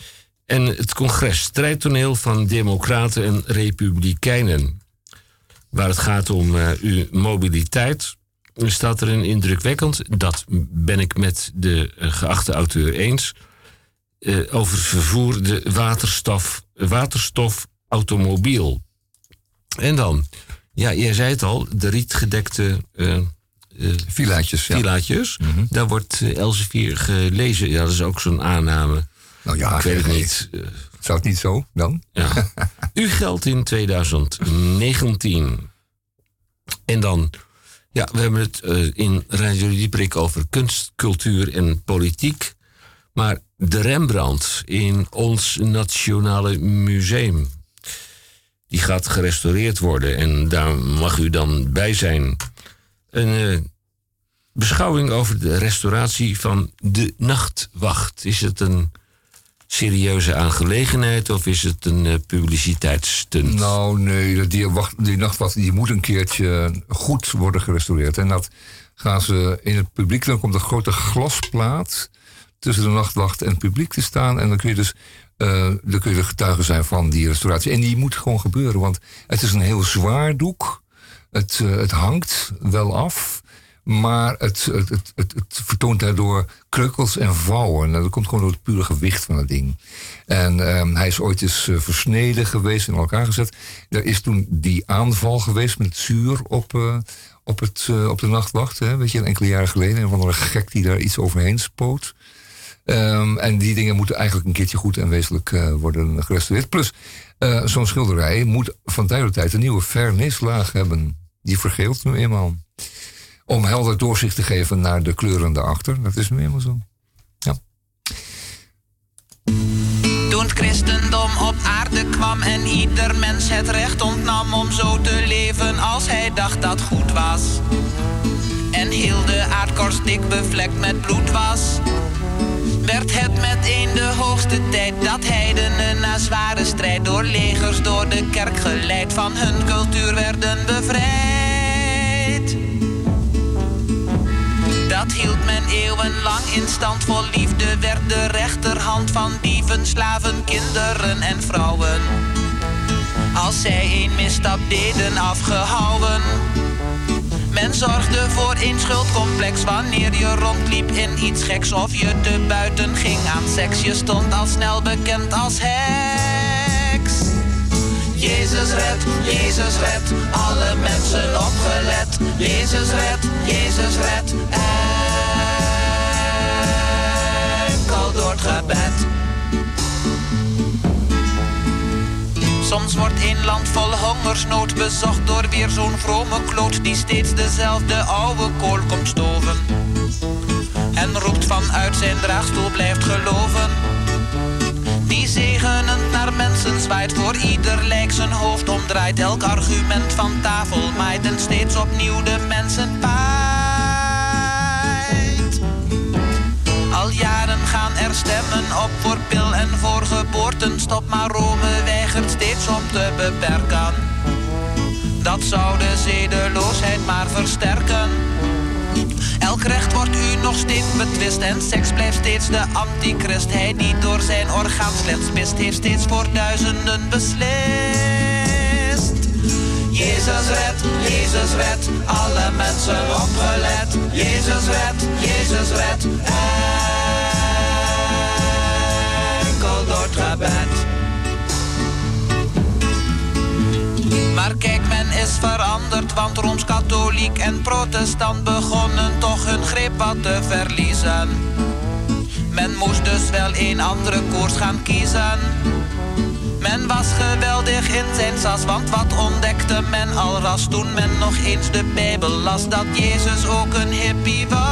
En het congres Strijdtoneel van Democraten en Republikeinen. Waar het gaat om uh, uw mobiliteit. Er staat erin indrukwekkend. Dat ben ik met de uh, geachte auteur eens. Uh, over vervoer de waterstof, waterstofautomobiel. En dan, ja, jij zei het al, de rietgedekte uh, uh, villaatjes. Ja. villaatjes. Mm-hmm. Daar wordt uh, Elsevier gelezen. Ja, dat is ook zo'n aanname. Nou ja, ik weet het nee. niet. Uh, Zou het niet zo dan? Ja. U geldt in twintig negentien. En dan, ja, we hebben het uh, in Radio Dieprik over kunst, cultuur en politiek. Maar de Rembrandt in ons Nationale Museum, die gaat gerestaureerd worden. En daar mag u dan bij zijn. Een uh, beschouwing over de restauratie van de Nachtwacht. Is het een serieuze aangelegenheid of is het een uh, publiciteitsstunt? Nou, nee, die, wacht, die Nachtwacht die moet een keertje goed worden gerestaureerd. En dat gaan ze in het publiek, dan komt een grote glasplaat tussen de Nachtwacht en het publiek te staan. En dan kun je dus uh, dan kun je de getuige zijn van die restauratie. En die moet gewoon gebeuren, want het is een heel zwaar doek. Het, uh, het hangt wel af, maar het, het, het, het, het vertoont daardoor kreukels en vouwen. Nou, dat komt gewoon door het pure gewicht van het ding. En um, hij is ooit eens uh, versneden geweest en in elkaar gezet. Er is toen die aanval geweest met zuur op, uh, op, het, uh, op de Nachtwacht. Hè, weet je, een enkele jaren geleden. Een van de gek die daar iets overheen spoot. Um, en die dingen moeten eigenlijk een keertje goed en wezenlijk uh, worden gerestaureerd. Plus, uh, zo'n schilderij moet van tijd tot tijd een nieuwe vernislaag hebben. Die vergeelt nu eenmaal. Om helder doorzicht te geven naar de kleuren daarachter. Dat is nu eenmaal zo. Ja. Toen het christendom op aarde kwam en ieder mens het recht ontnam om zo te leven als hij dacht dat goed was. En heel de aardkorst dik bevlekt met bloed was, werd het meteen de hoogste tijd dat heidenen na zware strijd door legers door de kerk geleid van hun cultuur werden bevrijd. Dat hield men eeuwenlang in stand, vol liefde werd de rechterhand van dieven, slaven, kinderen en vrouwen, als zij een misstap deden, afgehouden. Men zorgde voor een schuldcomplex wanneer je rondliep in iets geks of je te buiten ging aan seks. Je stond al snel bekend als heks. Jezus red, Jezus red, alle mensen opgelet. Jezus red, Jezus red, enkel door het gebed. Soms wordt een land vol hongersnood bezocht door weer zo'n vrome kloot die steeds dezelfde oude kool komt stoven en roept vanuit zijn draagstoel blijft geloven. Die zegenend naar mensen zwaait, voor ieder lijk zijn hoofd omdraait, elk argument van tafel maait en steeds opnieuw de mensen paait. Al jaren gaan er stemmen op voor pil en voor geboortenstop, maar Rome weigert steeds om te beperken. Dat zou de zedeloosheid maar versterken. Elk recht wordt u nog steeds betwist en seks blijft steeds de antichrist. Hij die door zijn orgaan slechts mist, heeft steeds voor duizenden beslist. Jezus red, Jezus red, alle mensen opgelet. Jezus red, Jezus red, enkel door het gebed. Maar kijk, men is veranderd, want Rooms-Katholiek en Protestant begonnen toch hun greep wat te verliezen. Men moest dus wel een andere koers gaan kiezen. Men was geweldig in zijn sas, want wat ontdekte men al ras toen men nog eens de Bijbel las, dat Jezus ook een hippie was.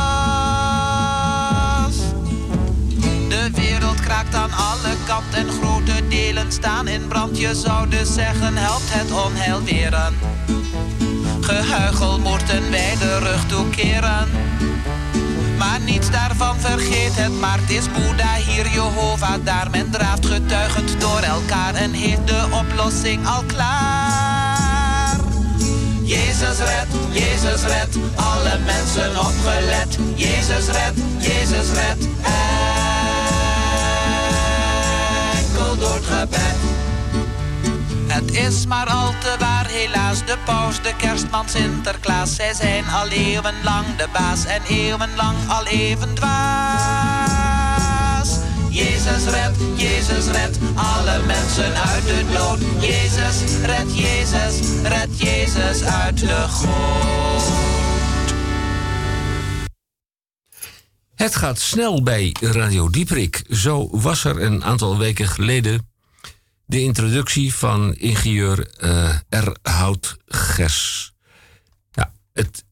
De wereld kraakt aan alle kanten en grote delen staan in brand. Je zou dus zeggen, helpt het onheil weren. Gehuichel moeten wij de rug toekeren. Maar niets daarvan vergeet het, maar het is Boeddha hier, Jehovah daar. Men draaft getuigend door elkaar en heeft de oplossing al klaar. Jezus red, Jezus red, alle mensen opgelet. Jezus red, Jezus red, is maar al te waar. Helaas de paus, de kerstman, Sinterklaas. Zij zijn al eeuwenlang de baas en eeuwenlang al even dwaas. Jezus red, Jezus red, alle mensen uit de dood. Jezus red, Jezus red, Jezus uit de goot. Het gaat snel bij Radio Dieprik. Zo was er een aantal weken geleden de introductie van ingenieur uh, R. Houtges. Ja, het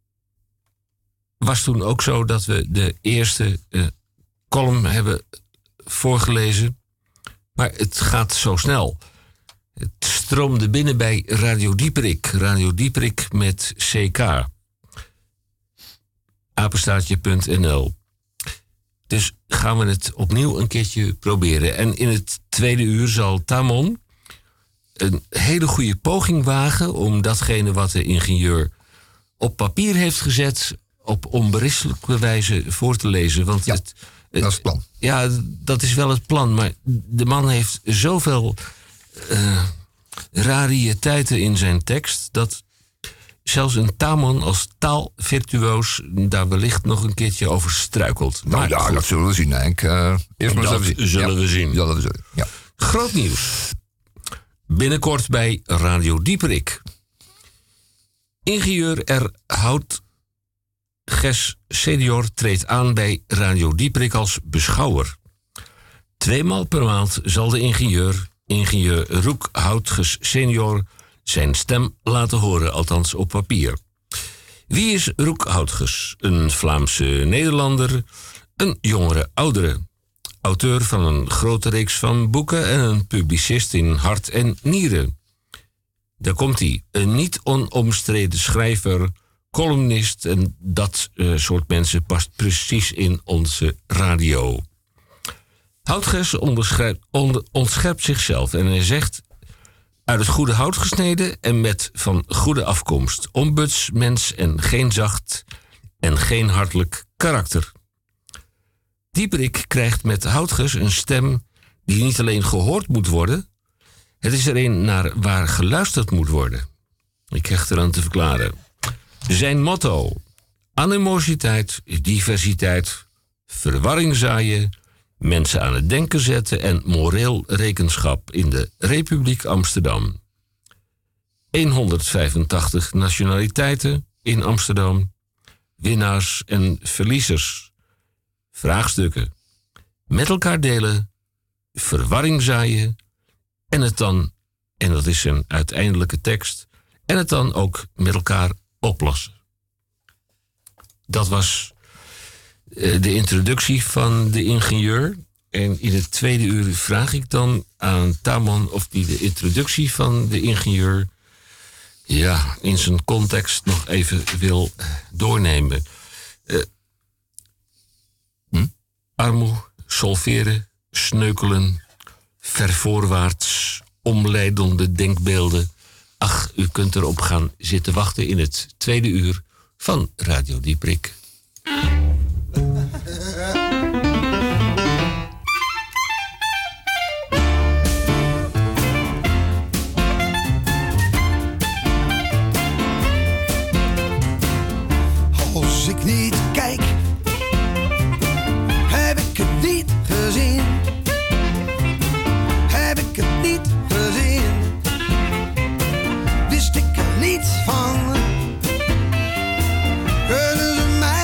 was toen ook zo dat we de eerste uh, column hebben voorgelezen. Maar het gaat zo snel. Het stroomde binnen bij Radio Dieprik. Radio Dieprik met C K. apenstaartje punt n l. Dus gaan we het opnieuw een keertje proberen. En in het tweede uur zal Tamon een hele goede poging wagen om datgene wat de ingenieur op papier heeft gezet op onberispelijke wijze voor te lezen. Want ja, het, het, dat is het plan. Ja, dat is wel het plan. Maar de man heeft zoveel uh, rariteiten in zijn tekst dat zelfs een Tamon als taalvirtuoos daar wellicht nog een keertje over struikelt. Nou maar ja, goed, dat zullen we zien, Henk. Uh, eerst maar dat eens even zien. zullen ja. we zien. Ja, dat zullen we. Ja. Groot nieuws. Binnenkort bij Radio Dieperik. Ingenieur R. Houtges senior treedt aan bij Radio Dieperik als beschouwer. Tweemaal per maand zal de ingenieur, ingenieur Roek Houtges senior, zijn stem laten horen, althans op papier. Wie is Roek Houtges? Een Vlaamse Nederlander, een jongere oudere. Auteur van een grote reeks van boeken en een publicist in hart en nieren. Daar komt hij, een niet onomstreden schrijver, columnist en dat uh, soort mensen past precies in onze radio. Houtges onder, ontscherpt zichzelf en hij zegt: uit het goede hout gesneden en met van goede afkomst. Ombudsmens en geen zacht en geen hartelijk karakter. Dieperik krijgt met Houtges een stem die niet alleen gehoord moet worden. Het is er een naar waar geluisterd moet worden. Ik hecht eraan te verklaren. Zijn motto: animositeit, diversiteit, verwarring zaaien, mensen aan het denken zetten en moreel rekenschap in de Republiek Amsterdam. honderdvijfentachtig nationaliteiten in Amsterdam, winnaars en verliezers. Vraagstukken. Met elkaar delen, verwarring zaaien en het dan, en dat is een uiteindelijke tekst, en het dan ook met elkaar oplossen. Dat was de introductie van de ingenieur. En in het tweede uur vraag ik dan aan Tamon of hij de introductie van de ingenieur ja, in zijn context nog even wil doornemen. Uh, hm? Armoe, solveren, sneukelen, vervoorwaarts, omleidende denkbeelden. Ach, u kunt erop gaan zitten wachten in het tweede uur van Radio Dieprik. Als ik niet kijk, heb ik het niet gezien. Heb ik het niet gezien. Wist ik er niets van. Kunnen ze mij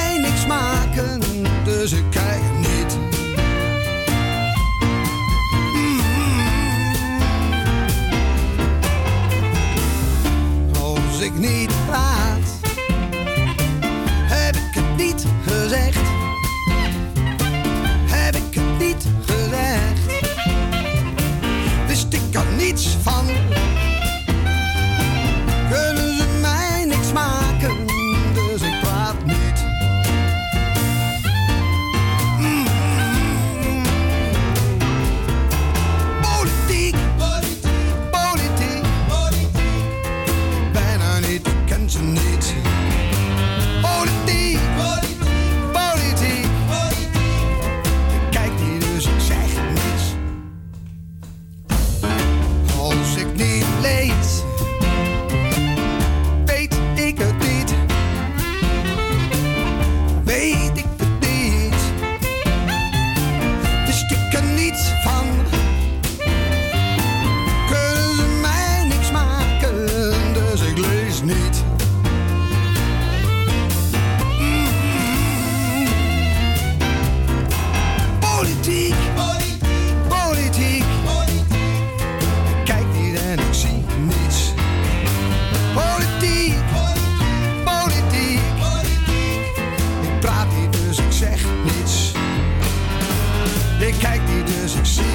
dus ik zie.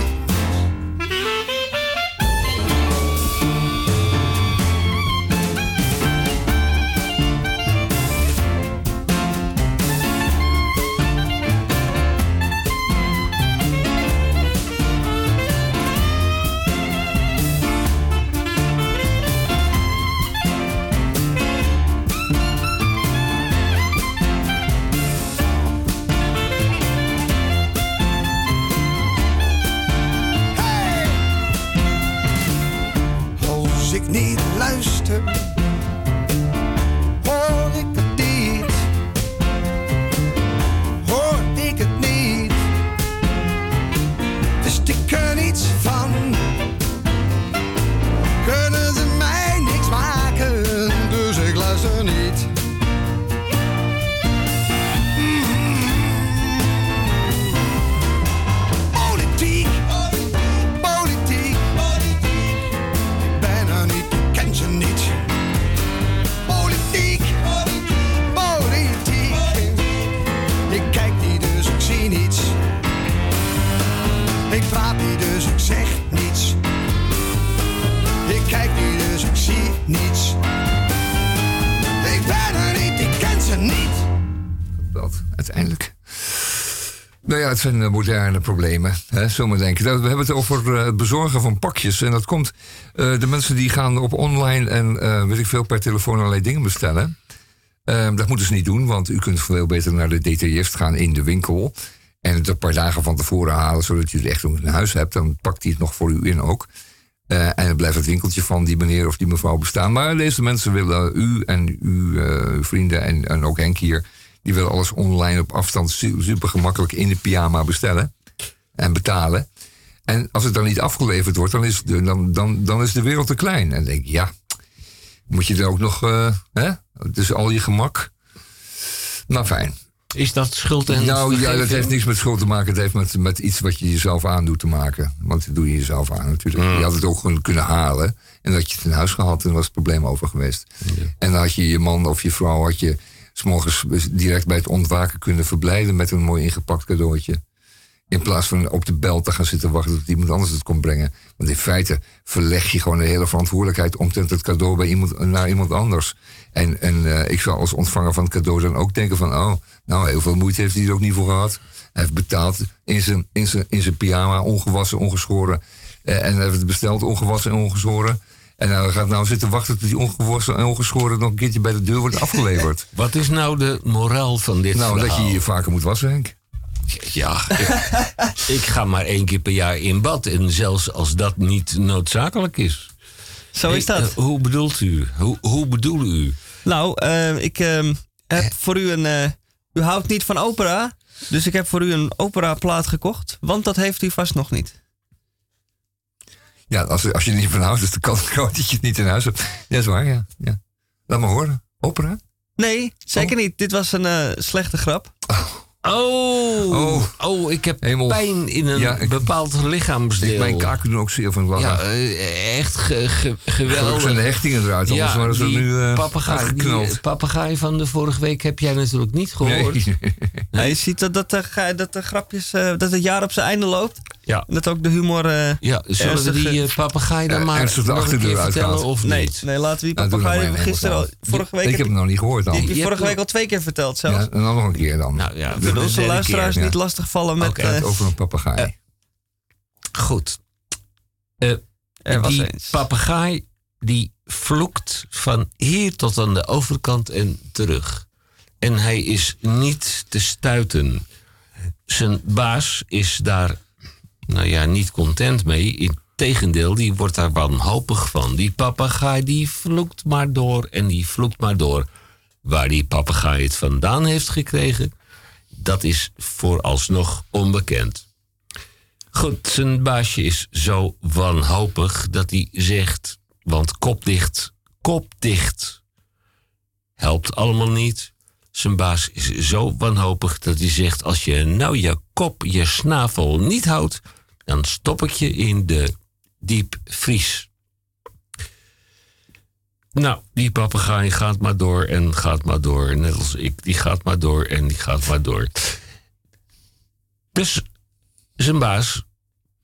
Ik niet luister, hoor ik het niet, hoor ik het niet, wist ik er niets van, kunnen ze mij niks maken, dus ik luister niet. Mm. Politiek, politiek, ik ben er niet, ik ken ze niet. Politiek, politiek, ik kijk niet dus ik zie niets. Ik praat niet dus ik zeg niets. Ik kijk niet dus ik zie niets. Ik ben er niet, ik ken ze niet. Dat, uiteindelijk. Nou ja, het zijn uh, moderne problemen, hè, zo maar denken. We hebben het over uh, het bezorgen van pakjes. En dat komt, uh, de mensen die gaan op online en uh, weet ik veel per telefoon allerlei dingen bestellen. Uh, dat moeten ze niet doen, want u kunt veel beter naar de detailist gaan in de winkel. En het een paar dagen van tevoren halen, zodat u het echt in huis hebt. Dan pakt hij het nog voor u in ook. Uh, en dan blijft het winkeltje van die meneer of die mevrouw bestaan. Maar deze mensen willen u en uw uh, vrienden en, en ook Henk hier, die willen alles online op afstand super gemakkelijk in de pyjama bestellen en betalen. En als het dan niet afgeleverd wordt, dan is de, dan, dan, dan is de wereld te klein. En dan denk ik, ja, moet je er ook nog, uh, hè? Het is al je gemak. Nou, fijn. Is dat schuld en Nou ja, dat heeft niks met schuld te maken. Het heeft met, met iets wat je jezelf aandoet te maken. Want dat doe je jezelf aan natuurlijk. Mm. Je had het ook gewoon kunnen halen. En dat je het in huis gehad en dan was het probleem over geweest. Ja. En dan had je je man of je vrouw had je 's morgens direct bij het ontwaken kunnen verblijden met een mooi ingepakt cadeautje. In plaats van op de bel te gaan zitten wachten tot iemand anders het kon brengen. Want in feite verleg je gewoon de hele verantwoordelijkheid omtrent het cadeau bij iemand, naar iemand anders. En, en uh, ik zou als ontvanger van het cadeau dan ook denken van, oh, nou, heel veel moeite heeft hij er ook niet voor gehad. Hij heeft betaald in zijn, in zijn, in zijn pyjama, ongewassen, ongeschoren. Uh, en hij heeft het besteld, ongewassen en ongeschoren. En hij gaat nou zitten wachten tot die ongewassen en ongeschoren nog een keertje bij de deur wordt afgeleverd. Wat is nou de moraal van dit nou, verhaal? Dat je je vaker moet wassen, Henk. Ja, ik, ik ga maar één keer per jaar in bad. En zelfs als dat niet noodzakelijk is. Zo is dat. Hey, uh, hoe bedoelt u? Hoe, hoe bedoelt u? Nou, uh, ik uh, heb voor u een... Uh, u houdt niet van opera. Dus ik heb voor u een operaplaat gekocht. Want dat heeft u vast nog niet. Ja, als, als je er niet van houdt, is de kans groot dat je het niet in huis hebt. Ja, dat is waar, ja. ja. Laat maar horen. Opera? Nee, zeker oh. niet. Dit was een uh, slechte grap. Oh. Oh, oh, oh, ik heb Hemel. pijn in een ja, ik, bepaald lichaamsdeel. Ik, mijn kaken doen ook zeer van lachen. Ja, uh, echt ge, ge, geweldig. Gelukkig zijn de hechtingen eruit, anders ja, waren ze nu uh, papegaai, die papegaai van de vorige week heb jij natuurlijk niet gehoord. Nee. Ja, je ziet dat, dat, de, dat de grapjes, uh, dat het jaar op zijn einde loopt. Ja. En dat ook de humor uh, ja, zullen we die uh, papegaai dan uh, maar de nog een keer vertellen of nee. niet? Nee, laten we die papegaai nou, gisteren al, vorige week... Ik heb hem nog niet gehoord dan. Die heb je vorige week al twee keer verteld zelfs. Ja, en dan nog een keer dan. Nou, ja, we onze luisteraars niet lastigvallen met... Okay. Uh, over een papegaai. Uh, goed. Uh, die papegaai die vloekt van hier tot aan de overkant en terug. En hij is niet te stuiten. Zijn baas is daar, nou ja, niet content mee. Integendeel, die wordt daar wanhopig van. Die papegaai die vloekt maar door en die vloekt maar door. Waar die papegaai het vandaan heeft gekregen, dat is vooralsnog onbekend. Goed, zijn baasje is zo wanhopig dat hij zegt, want kop dicht, kop dicht, helpt allemaal niet. Zijn baas is zo wanhopig dat hij zegt, als je nou je kop, je snavel niet houdt, dan stop ik je in de diepvries. Nou, die papegaai gaat maar door en gaat maar door. Net als ik, die gaat maar door en die gaat maar door. Dus zijn baas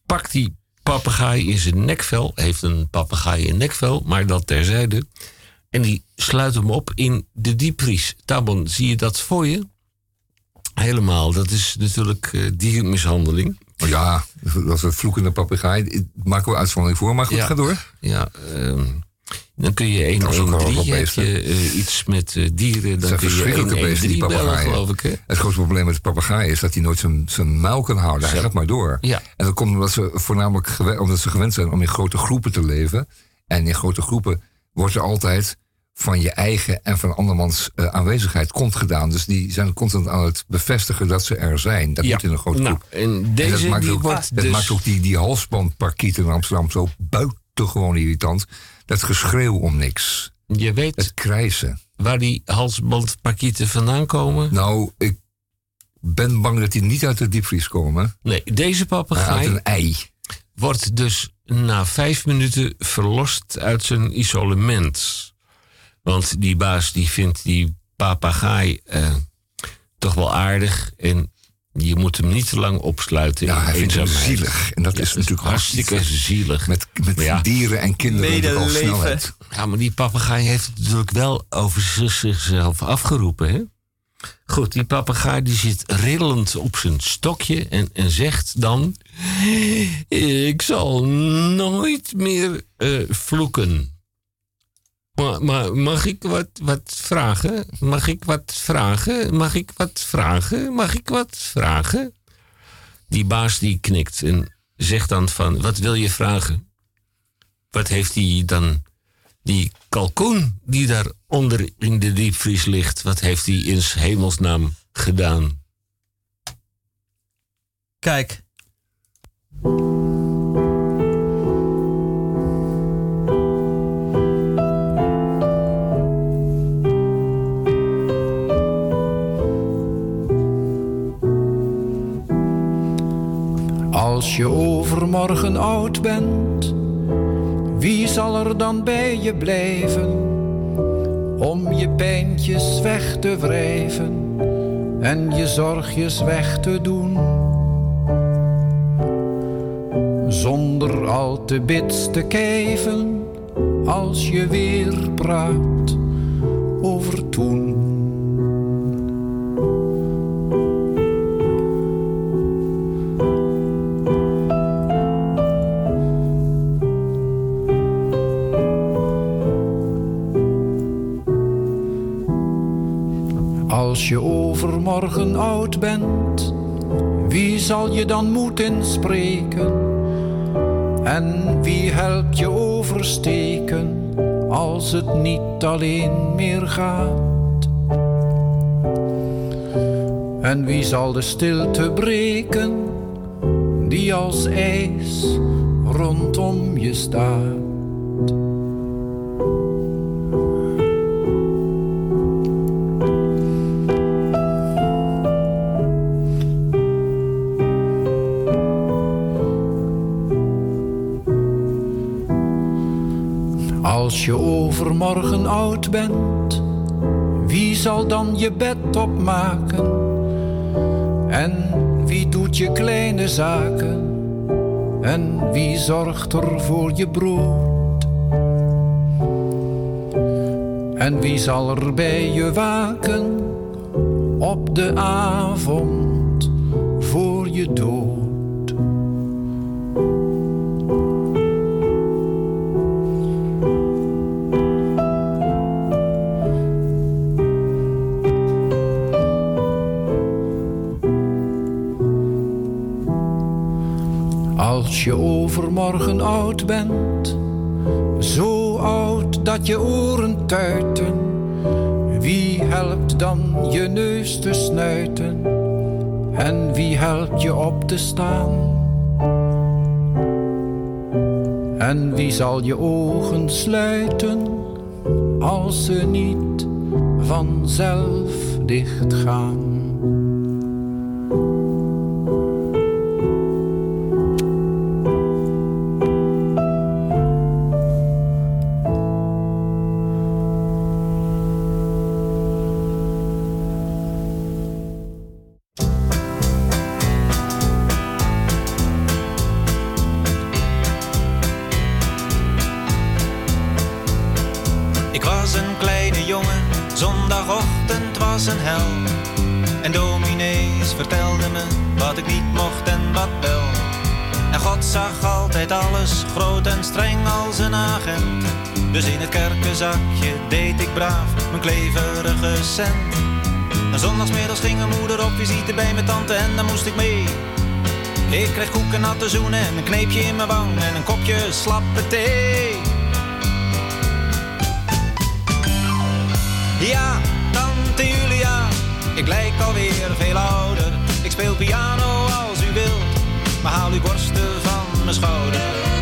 pakt die papegaai in zijn nekvel. Heeft een papegaai een nekvel, maar dat terzijde. En die sluit hem op in de diepvries. Tabon, zie je dat voor je? Helemaal. Dat is natuurlijk uh, diermishandeling. Oh ja, dat is een vloekende papegaai. Ik maak wel uitzondering voor, maar goed, ja, ga door. Ja, uh, dan kun je één één drie, heb je uh, iets met uh, dieren, dan kun je één één drie bellen, geloof ik. Hè? Het grootste probleem met de papegaai is dat hij nooit zijn, zijn muil kan houden. Hij gaat maar door. Ja. En dat komt omdat ze voornamelijk gewen, omdat ze gewend zijn om in grote groepen te leven. En in grote groepen wordt er altijd van je eigen en van andermans uh, aanwezigheid kont gedaan. Dus die zijn constant aan het bevestigen dat ze er zijn. Dat ja. moet in een grote nou, groep. En deze en dat maakt die ook, wordt dat dus... maakt ook die, die halsbandparkiet in Amsterdam zo buitengewoon irritant. Dat geschreeuw om niks. Je weet het krijsen. Waar die halsbandparkieten vandaan komen? Nou, ik ben bang dat die niet uit de diepvries komen. Nee, deze papegaai uit een ei. Wordt dus na vijf minuten verlost uit zijn isolement. Want die baas die vindt die papegaai uh, toch wel aardig. En je moet hem niet te lang opsluiten. Ja, in hij vindt hem eenzaamheid. zielig. En dat ja, is natuurlijk hartstikke zielig. Met, met ja. dieren en kinderen op snelheid. Ja, maar die papegaai heeft het natuurlijk wel over zichzelf afgeroepen. Hè? Goed, die papegaai die zit rillend op zijn stokje en, en zegt dan... Ik zal nooit meer uh, vloeken. Maar, maar mag ik wat, wat vragen? Mag ik wat vragen? Mag ik wat vragen? Mag ik wat vragen? Die baas die knikt en zegt dan van... Wat wil je vragen? Wat heeft hij dan... Die kalkoen die daar onder in de diepvries ligt... Wat heeft hij in 's hemelsnaam gedaan? Kijk. Als je overmorgen oud bent, wie zal er dan bij je blijven? Om je pijntjes weg te wrijven en je zorgjes weg te doen. Zonder al te bits te kijven, als je weer praat over toen. Als je overmorgen oud bent, wie zal je dan moed inspreken? En wie helpt je oversteken als het niet alleen meer gaat? En wie zal de stilte breken die als ijs rondom je staat? Als je overmorgen oud bent, wie zal dan je bed opmaken? En wie doet je kleine zaken? En wie zorgt er voor je brood? En wie zal er bij je waken op de avond voor je dood? Als je overmorgen oud bent, zo oud dat je oren tuiten, wie helpt dan je neus te snuiten? En wie helpt je op te staan? En wie zal je ogen sluiten als ze niet vanzelf dichtgaan? was een hel. En dominees vertelden me wat ik niet mocht en wat wel. En God zag altijd alles, groot en streng als een agent. Dus in het kerkenzakje deed ik braaf mijn kleverige cent. En zondagsmiddags ging mijn moeder op visite bij mijn tante en dan moest ik mee. Ik kreeg koeken, natte zoenen en een kneepje in mijn wang en een kopje slappe thee. Ja, tante Julia, ik lijk alweer veel ouder. Ik speel piano als u wilt, maar haal uw borsten van mijn schouder.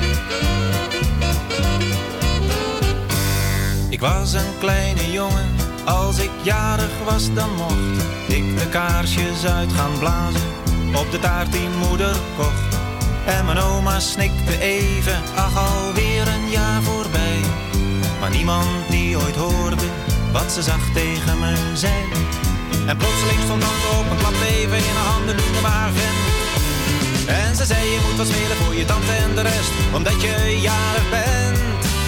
Ik was een kleine jongen, als ik jarig was dan mocht ik de kaarsjes uit gaan blazen op de taart die moeder kocht. En mijn oma snikte even, ach alweer een jaar voorbij. Maar niemand die ooit hoorde wat ze zacht tegen me zei. En plotseling stond tante op en klapte even in haar handen, noemde me haar vent. En ze zei je moet wat spelen voor je tante en de rest, omdat je jarig bent.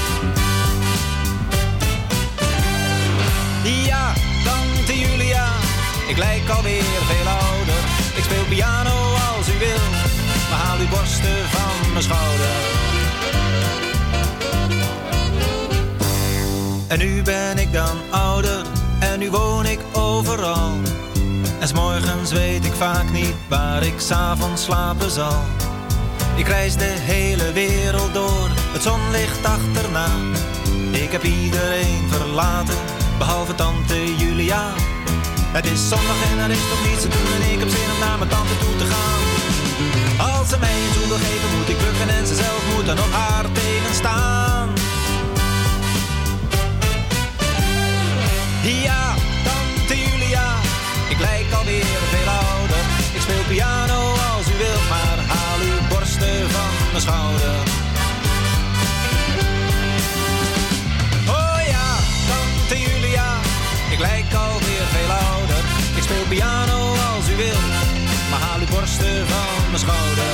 Ja, tante Julia, ik lijk alweer veel ouder. Ik speel piano als u wilt, maar haal uw borsten van mijn schouder. En nu ben ik dan ouder, en nu woon ik overal. En 's morgens weet ik vaak niet waar ik 's avonds slapen zal. Ik reis de hele wereld door, het zonlicht achterna. Ik heb iedereen verlaten, behalve tante Julia. Het is zondag en er is toch niets te doen en ik heb zin om naar mijn tante toe te gaan. Als ze mij een zoen wil geven moet ik bukken en ze zelf moet dan op haar tenen staan. Ja, tante Julia, ik lijk alweer veel ouder. Ik speel piano als u wilt, maar haal uw borsten van mijn schouder. Oh ja, tante Julia, ik lijk alweer veel ouder. Ik speel piano als u wilt, maar haal uw borsten van mijn schouder.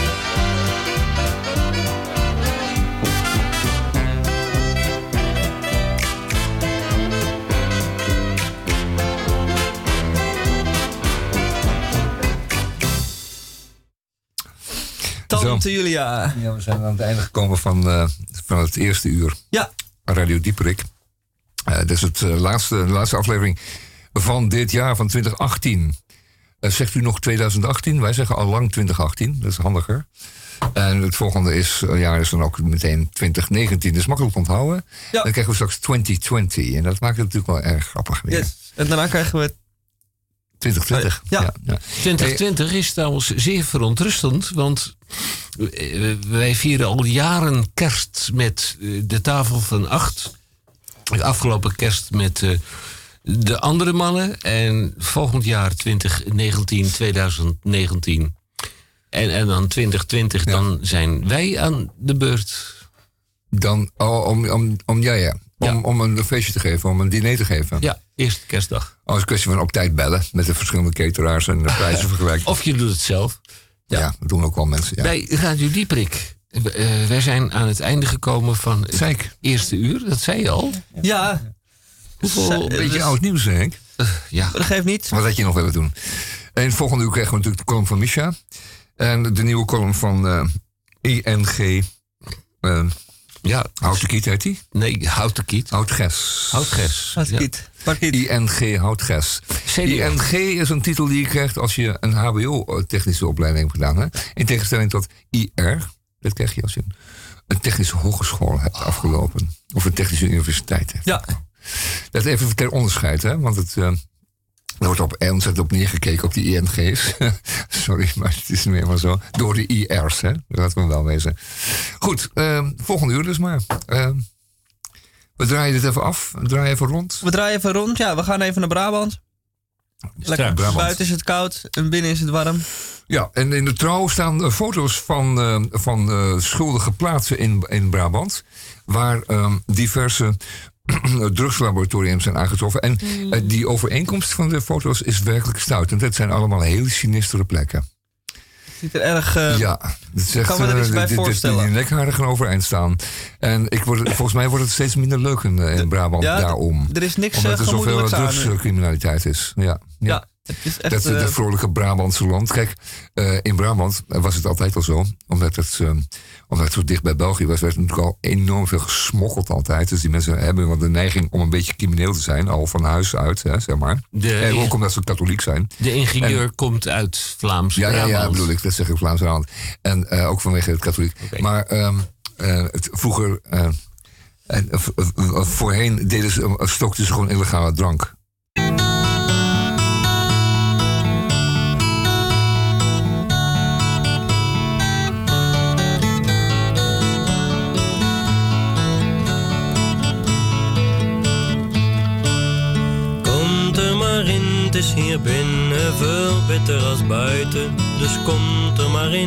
Tante Julia. Ja, we zijn aan het einde gekomen van, uh, van het eerste uur. Ja. Radio Dieperik. Uh, dit is het, uh, laatste, de laatste aflevering van dit jaar, van twintig achttien. Uh, zegt u nog twintig achttien? Wij zeggen al lang twintig achttien. Dat is handiger. En het volgende is, uh, jaar is dan ook meteen twintig negentien. Dat is makkelijk onthouden. Ja. Dan krijgen we straks twintig twintig. En dat maakt het natuurlijk wel erg grappig weer. Yes. En daarna krijgen we twintig twintig. Ja. Ja, ja. twintig twintig is trouwens zeer verontrustend, want wij vieren al jaren kerst met de tafel van acht. Afgelopen kerst met uh, de andere mannen. En volgend jaar twintig negentien, twintig negentien. En, en dan twintig twintig, ja. Dan zijn wij aan de beurt. Dan, oh, om, om, om, ja, ja. Om, ja. om een feestje te geven, om een diner te geven. Ja, eerste kerstdag. Als een kwestie van op tijd bellen met de verschillende cateraars en de prijzen vergelijken. Of je doet het zelf. Ja, ja dat doen ook wel mensen. Ja. Bij Radio Dieperik. Uh, wij zijn aan het einde gekomen van het Zeik. eerste uur. Dat zei je al. Ja. Hoeveel, een beetje dus, oud nieuws, Henk. Uh, ja. Dat geeft niet. Wat had je nog willen doen? En volgende uur krijgen we natuurlijk de column van Misha. En de nieuwe column van uh, I N G. Uh, ja, Houtkiet heet die? Nee, Houtkiet. Houtges. Houtges. Houtkiet. Ja. I N G Houtges. I N G is een titel die je krijgt als je een H B O-technische opleiding hebt gedaan. Hè? In tegenstelling tot I R. Dat krijg je als je een, een technische hogeschool hebt afgelopen. Of een technische universiteit hebt. Ja. Dat even ter onderscheid, hè? Want het... Uh, Er wordt op ontzettend op neergekeken op die I N G's. Sorry, maar het is meer maar zo. Door de I R's, hè. Dat laten we wel wezen. Goed, uh, volgende uur dus maar. Uh, we draaien dit even af. We draaien even rond. We draaien even rond, ja. We gaan even naar Brabant. Lekker, Brabant. Buiten is het koud en binnen is het warm. Ja, en in de Trouw staan uh, foto's van, uh, van uh, schuldige plaatsen in, in Brabant. Waar uh, diverse... drugslaboratoriums zijn aangetroffen. En mm. uh, die overeenkomst van de foto's is werkelijk stout. En dat zijn allemaal hele sinistere plekken. Ziet er erg... Uh, ja, het is echt, kan me er iets bij uh, voorstellen. Die nekharen gaan overeind staan. En ik word, volgens mij wordt het steeds minder leuk in, in Brabant ja, daarom. Er is niks Omdat er zoveel aan. drugscriminaliteit is. Ja, ja. ja. Het is echt, dat is het vrolijke Brabantse land. Kijk, uh, in Brabant was het altijd al zo. Omdat het, uh, omdat het zo dicht bij België was, werd er natuurlijk al enorm veel gesmokkeld altijd. Dus die mensen hebben wel de neiging om een beetje crimineel te zijn. Al van huis uit, hè, zeg maar. De, en ook omdat ze katholiek zijn. De ingenieur en, komt uit Vlaams ja, Brabant. Ja, ja, bedoel ik. Dat zeg ik Vlaams Brabant. En uh, ook vanwege het katholiek. Okay. Maar um, uh, het, vroeger... Uh, en, uh, uh, voorheen deden ze, uh, stokten ze gewoon illegale drank. Het is hier binnen veel beter als buiten, dus kom er maar in.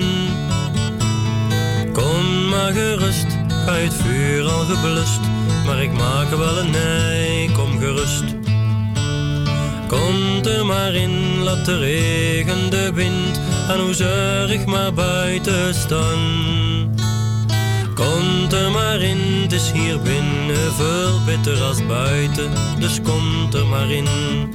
Kom maar gerust, ga je het vuur al geblust, maar ik maak er wel een nee, kom gerust. Kom er maar in, laat de regen, de wind, en hoe zeurig maar buiten staan. Kom er maar in, het is hier binnen veel beter als buiten, dus kom er maar in.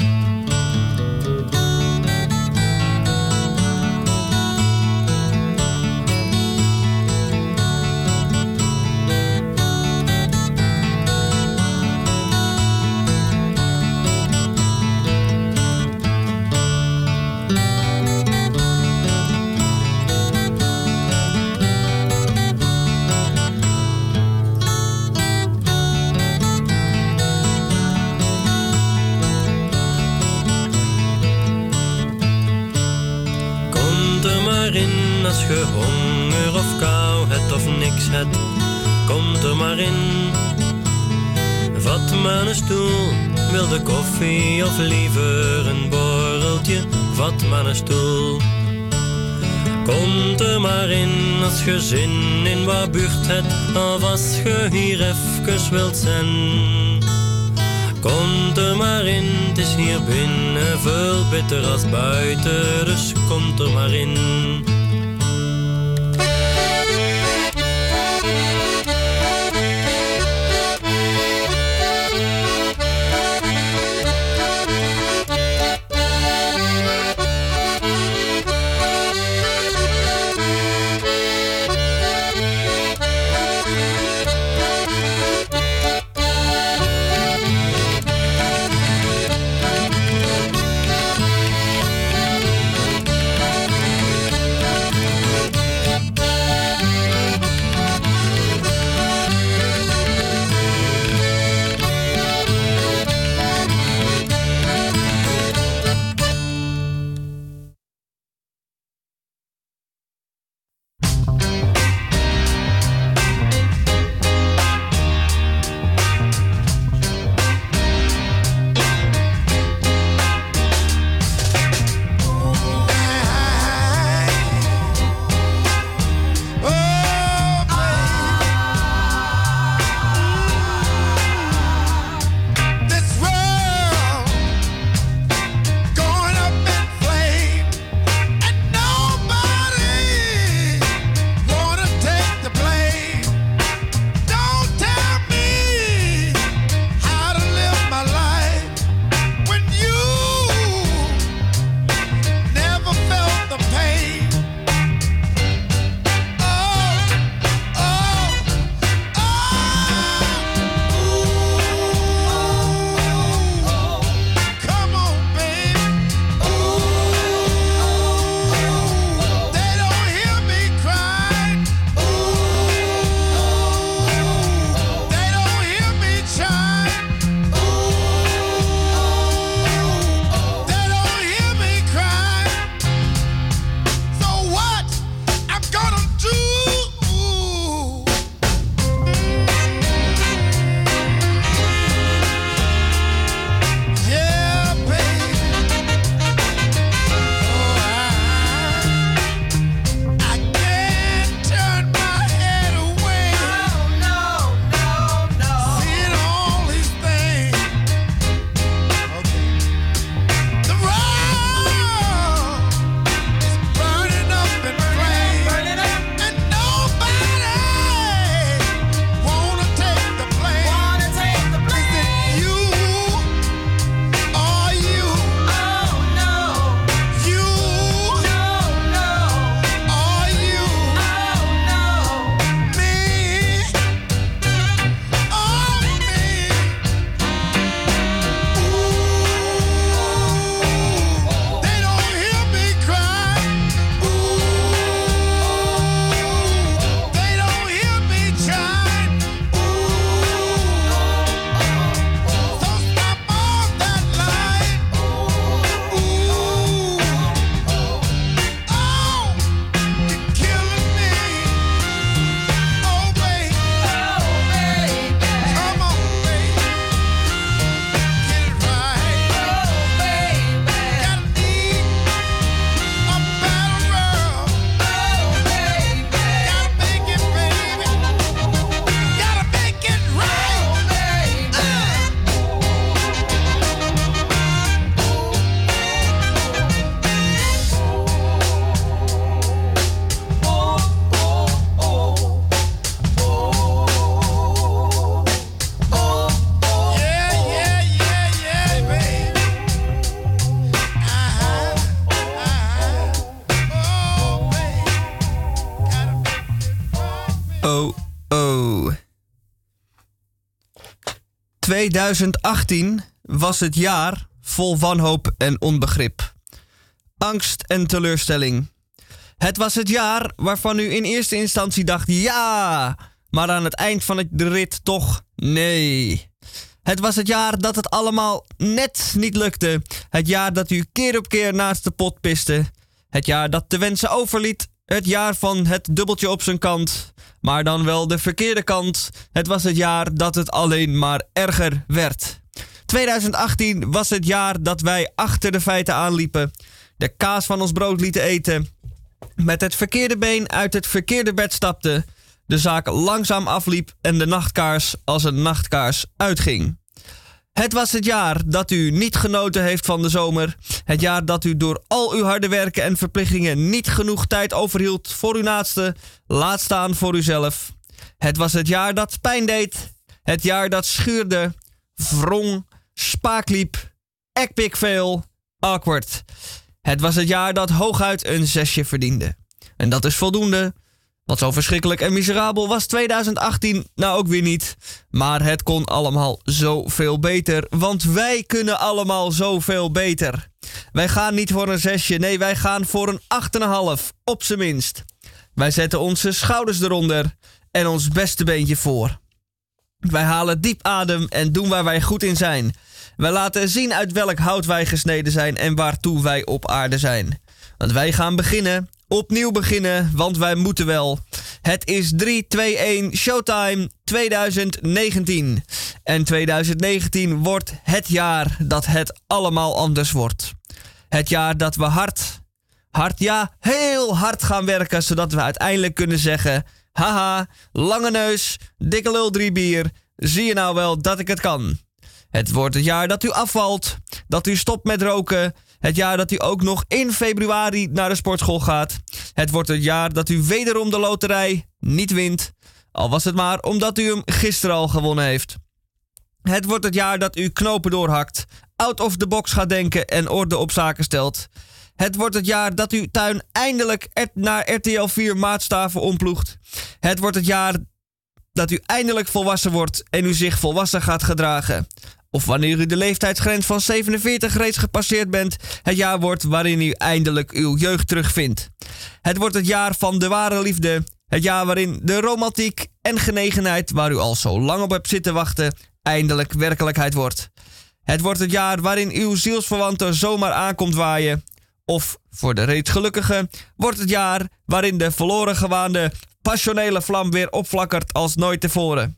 Als je honger of kou hebt of niks hebt, kom er maar in. Vat maar een stoel, wil de koffie of liever een borreltje, vat maar een stoel. Kom er maar in als je zin in wat buurt hebt, of als je hier even wilt zijn. Kom er maar in, het is hier binnen veel beter als buiten, dus kom er maar in. oh, oh. twintig achttien was het jaar vol wanhoop en onbegrip. Angst en teleurstelling. Het was het jaar waarvan u in eerste instantie dacht ja, maar aan het eind van de rit toch nee. Het was het jaar dat het allemaal net niet lukte. Het jaar dat u keer op keer naast de pot piste. Het jaar dat de wensen overliet. Het jaar van het dubbeltje op zijn kant. Maar dan wel de verkeerde kant. Het was het jaar dat het alleen maar erger werd. twintig achttien was het jaar dat wij achter de feiten aanliepen. De kaas van ons brood lieten eten. Met het verkeerde been uit het verkeerde bed stapten. De zaak langzaam afliep en de nachtkaars als een nachtkaars uitging. Het was het jaar dat u niet genoten heeft van de zomer. Het jaar dat u door al uw harde werken en verplichtingen niet genoeg tijd overhield voor uw naaste, laat staan voor uzelf. Het was het jaar dat pijn deed. Het jaar dat schuurde, wrong, spaak liep, ekpik veel, awkward. Het was het jaar dat hooguit een zesje verdiende. En dat is voldoende. Want zo verschrikkelijk en miserabel was twintig achttien nou ook weer niet. Maar het kon allemaal zoveel beter. Want wij kunnen allemaal zoveel beter. Wij gaan niet voor een zesje. Nee, wij gaan voor een acht komma vijf. Op zijn minst. Wij zetten onze schouders eronder. En ons beste beentje voor. Wij halen diep adem en doen waar wij goed in zijn. Wij laten zien uit welk hout wij gesneden zijn. En waartoe wij op aarde zijn. Want wij gaan beginnen... Opnieuw beginnen, want wij moeten wel. Het is drie, twee, één, showtime twintig negentien. En twintig negentien wordt het jaar dat het allemaal anders wordt. Het jaar dat we hard, hard ja, heel hard gaan werken... zodat we uiteindelijk kunnen zeggen... Haha, lange neus, dikke lul drie bier... zie je nou wel dat ik het kan. Het wordt het jaar dat u afvalt, dat u stopt met roken... Het jaar dat u ook nog in februari naar de sportschool gaat. Het wordt het jaar dat u wederom de loterij niet wint. Al was het maar omdat u hem gisteren al gewonnen heeft. Het wordt het jaar dat u knopen doorhakt. Out of the box gaat denken en orde op zaken stelt. Het wordt het jaar dat uw tuin eindelijk naar R T L vier maatstaven omploegt. Het wordt het jaar dat u eindelijk volwassen wordt en u zich volwassen gaat gedragen. Of wanneer u de leeftijdsgrens van zevenenveertig reeds gepasseerd bent, het jaar wordt waarin u eindelijk uw jeugd terugvindt. Het wordt het jaar van de ware liefde. Het jaar waarin de romantiek en genegenheid, waar u al zo lang op hebt zitten wachten, eindelijk werkelijkheid wordt. Het wordt het jaar waarin uw zielsverwante zomaar aankomt waaien. Of, voor de reeds gelukkigen, wordt het jaar waarin de verloren gewaande passionele vlam weer opflakkert als nooit tevoren.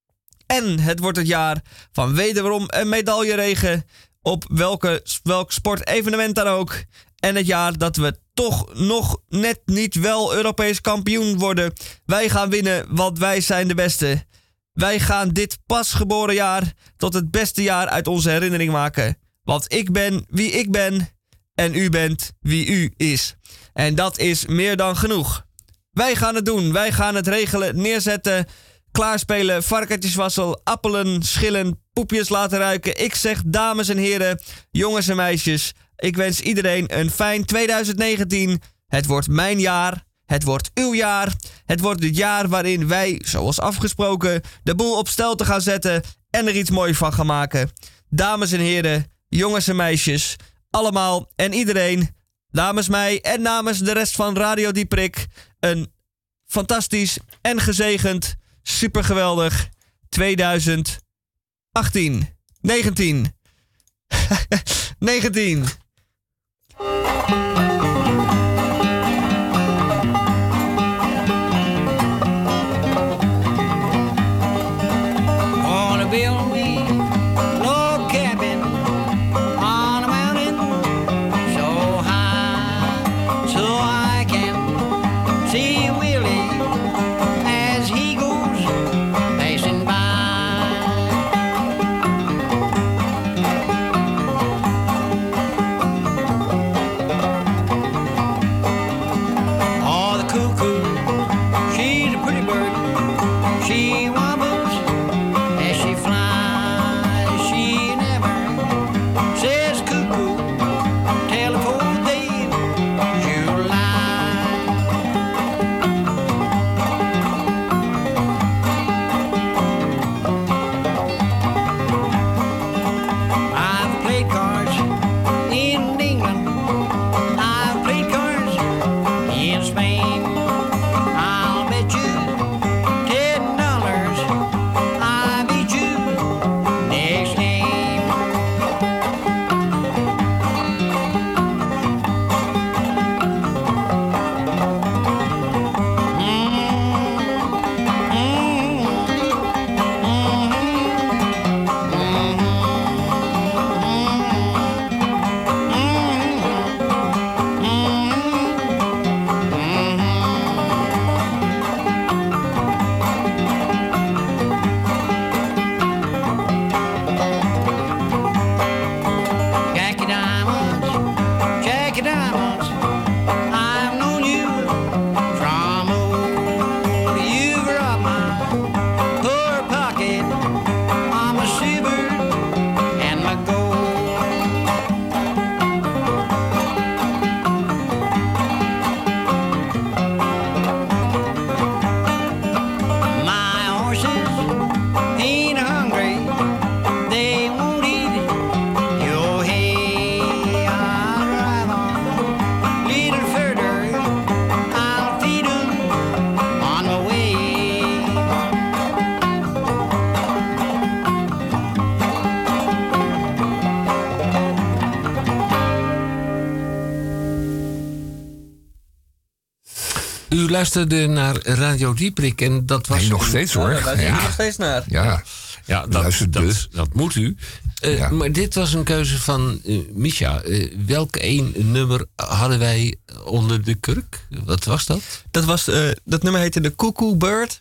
En het wordt het jaar van wederom een medailleregen op welke, welk sportevenement dan ook. En het jaar dat we toch nog net niet wel Europees kampioen worden. Wij gaan winnen, want wij zijn de beste. Wij gaan dit pasgeboren jaar tot het beste jaar uit onze herinnering maken. Want ik ben wie ik ben en u bent wie u is. En dat is meer dan genoeg. Wij gaan het doen, wij gaan het regelen, neerzetten... Klaarspelen, varkentjeswassel, appelen, schillen, poepjes laten ruiken. Ik zeg dames en heren, jongens en meisjes, ik wens iedereen een fijn twintig negentien. Het wordt mijn jaar, het wordt uw jaar. Het wordt het jaar waarin wij, zoals afgesproken, de boel op stelte gaan zetten en er iets moois van gaan maken. Dames en heren, jongens en meisjes, allemaal en iedereen, namens mij en namens de rest van Radio Dieprik, een fantastisch en gezegend... Super geweldig. twintig achttien. negentien. negentien. Wanna build me a log cabin on a mountain so high so I can see Willie as he goes passing by. u luisterde naar Radio Dieprik en dat was... Nee, nog steeds hoor. Ja, daar luister ik Ja. nog steeds naar. Ja, Ja, dat, Luister dat, dus. dat moet u. Eh, Ja. Maar dit was een keuze van eh Misha. Eh, welk één nummer hadden wij onder de kurk? Wat was dat? Dat, was, eh, dat nummer heette The Cuckoo Bird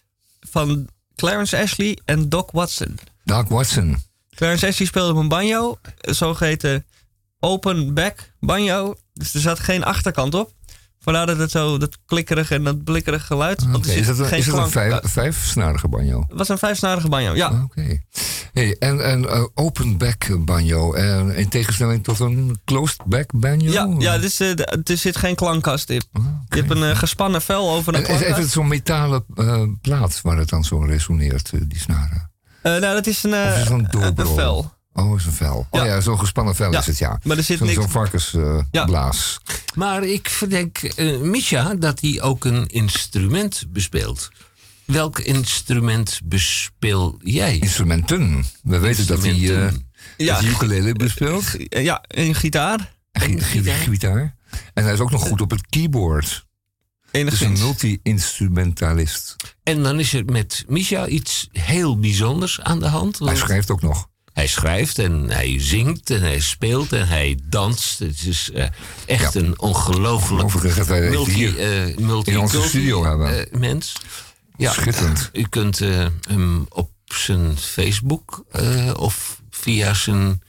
van Clarence Ashley en Doc Watson. Doc Watson. Clarence Ashley speelde op een banjo, een zogeheten open back banjo. Dus er zat geen achterkant op. Vandaar dat het zo, dat klikkerig en dat blikkerig geluid. Want Oké, er zit Is dat een, geen is dat een klank- vijf, vijfsnarige banjo? Het was een vijfsnarige banjo, ja. Oké. Hey, en en uh, open back banjo, en in tegenstelling tot een closed back banjo? Ja, ja dus, uh, de- er zit geen klankkast in. Ah, Je hebt een uh, gespannen vel over een En is klankkast. het zo'n metalen uh, plaat waar het dan zo resoneert, uh, die snaren? Uh, nou, dat is een, uh, Of is het een een dobro? vel. Oh, is een vel. Ja. Oh ja, zo'n gespannen vel Ja, is het, ja. maar er zit Zo'n niks- zo'n varkensblaas. Maar ik verdenk eh Misha dat hij ook een instrument bespeelt. Welk instrument bespeel jij? Instrumenten. We weten dat hij uh, Instrumenten. Ja. dat hij ukulele bespeelt. Uh, ja, een gitaar. Gi- gi- Gitaar. En hij is ook nog goed op het keyboard. Dus een Enigszins. multi-instrumentalist. En dan is er met Misha iets heel bijzonders aan de hand. Hij want schrijft ook nog. hij schrijft en hij zingt en hij speelt en hij danst. Het is eh, echt Ja. een ongelooflijk Ongelooflijk dat wij dit multi, hier eh, multi in onze studio hebben. eh, mens. Ja, Schitterend. u kunt eh, hem op zijn Facebook eh, of via zijn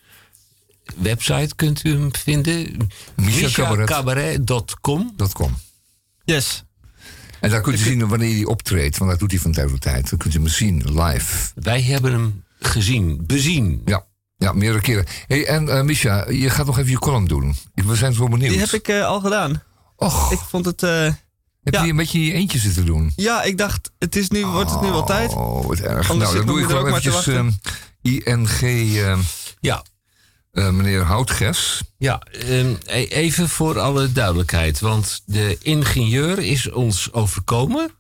website kunt u hem vinden. Misha misha cabaret dot com. Dat komt. Yes. En daar kunt u zien wanneer hij optreedt. Want dat doet hij van tijd tot tijd. Dan kunt u hem zien, live. Wij hebben hem gezien, bezien. Ja, ja meerdere keren. Hey, en uh, Misha, je gaat nog even je column doen. Ik- We zijn zo benieuwd. Die heb ik uh, al gedaan. Och, Ik vond het... Uh, heb ja. je die een beetje in je eentje zitten doen? ja, ik dacht, het is nu, wordt het nu wel tijd. Oh, wat erg. Anders Nou, dan zit doe mijn ik gewoon moeder ook eventjes maar te um, I N G, uh, Ja, uh, meneer Houtges. ja ehm, e- even voor alle duidelijkheid. Want de ingenieur is ons overkomen.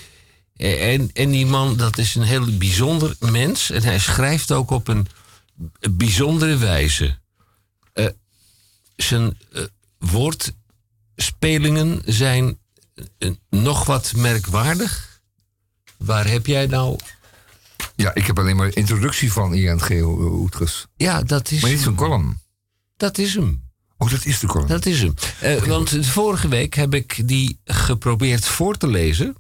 Eh, En, en die man, dat is een heel bijzonder mens. En hij schrijft ook op een bijzondere wijze. Eh, zijn eh, woordspelingen zijn eh, nog wat merkwaardig. Waar heb jij nou... Ja, ik heb alleen maar introductie van I N G Houtges. Ja, dat is, Maar niet zo'n column. dat is hem. Oh, dat is de column. Dat is hem. Eh, want de vorige week heb ik die geprobeerd voor te lezen.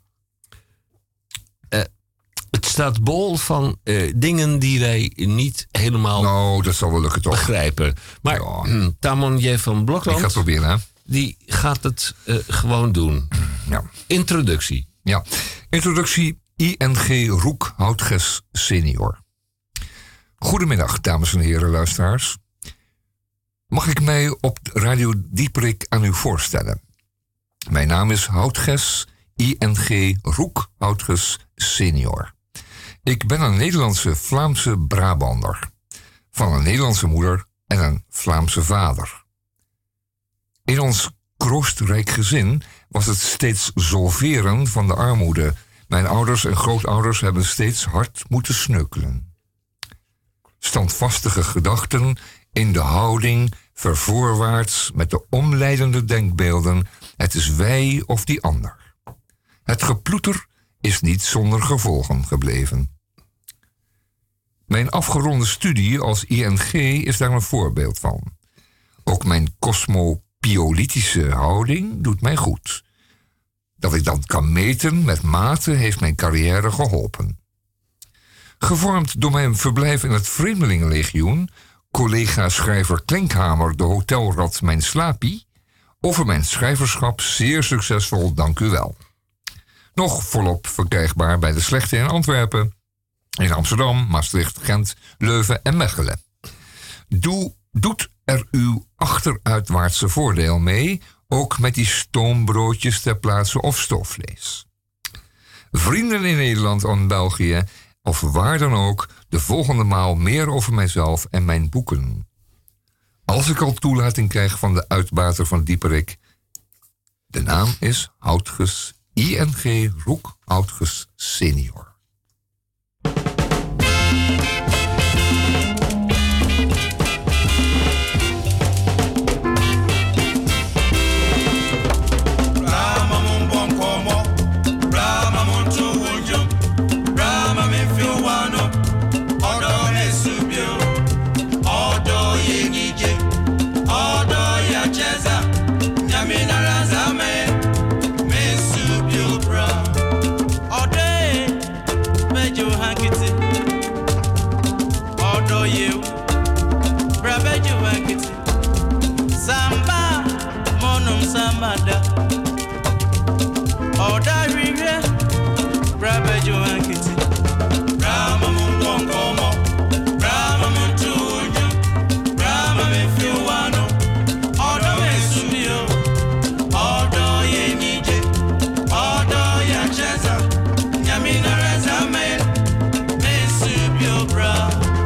Eh, het staat bol van eh, dingen die wij niet helemaal Nou, dat zal wel lukken toch? begrijpen. Maar Ja. hm, Tamon J. van Ik ga Blokland, het proberen, hè? die gaat het eh, gewoon doen. Ja. Introductie. Ja, introductie I N G Roek Houtges senior. Goedemiddag, dames en heren luisteraars. Mag ik mij op Radio Dieprik aan u voorstellen? Mijn naam is Houtges I N G Roek Houtges senior. Ik ben een Nederlandse Vlaamse Brabander. Van een Nederlandse moeder en een Vlaamse vader. In ons kroostrijk gezin was het steeds solveren van de armoede. Mijn ouders en grootouders hebben steeds hard moeten sneukelen. Standvastige gedachten in de houding, vervoorwaarts met de omleidende denkbeelden. Het is wij of die ander. Het geploeter is niet zonder gevolgen gebleven. Mijn afgeronde studie als I N G is daar een voorbeeld van. Ook mijn cosmopiolytische houding doet mij goed. Dat ik dat kan meten met mate heeft mijn carrière geholpen. Gevormd door mijn verblijf in het Vreemdelingenlegioen, collega-schrijver Klenkhamer, de hotelrat Mijn Slapie, over mijn schrijverschap zeer succesvol, dank u wel. Nog volop verkrijgbaar bij de Slechte in Antwerpen, in Amsterdam, Maastricht, Gent, Leuven en Mechelen. Doe, doet er uw achteruitwaartse voordeel mee, ook met die stoombroodjes ter plaatse of stoofvlees. Vrienden in Nederland en België, of waar dan ook, de volgende maal meer over mijzelf en mijn boeken. Als ik al toelating krijg van de uitbater van Dieperik, de naam is Houtges I N G Roek Houtges senior. Rama mon bon como hankiti. Odo you, brabeju hankiti. Samba, monum sambada. Oda rive, brabeju hankiti. Brahma mun komo, Brahma mun tuju, Brahma me fiwano. Odo me sumio, Odo ye nije, Odo ya cheza. Nyamina reza me, me subio bra.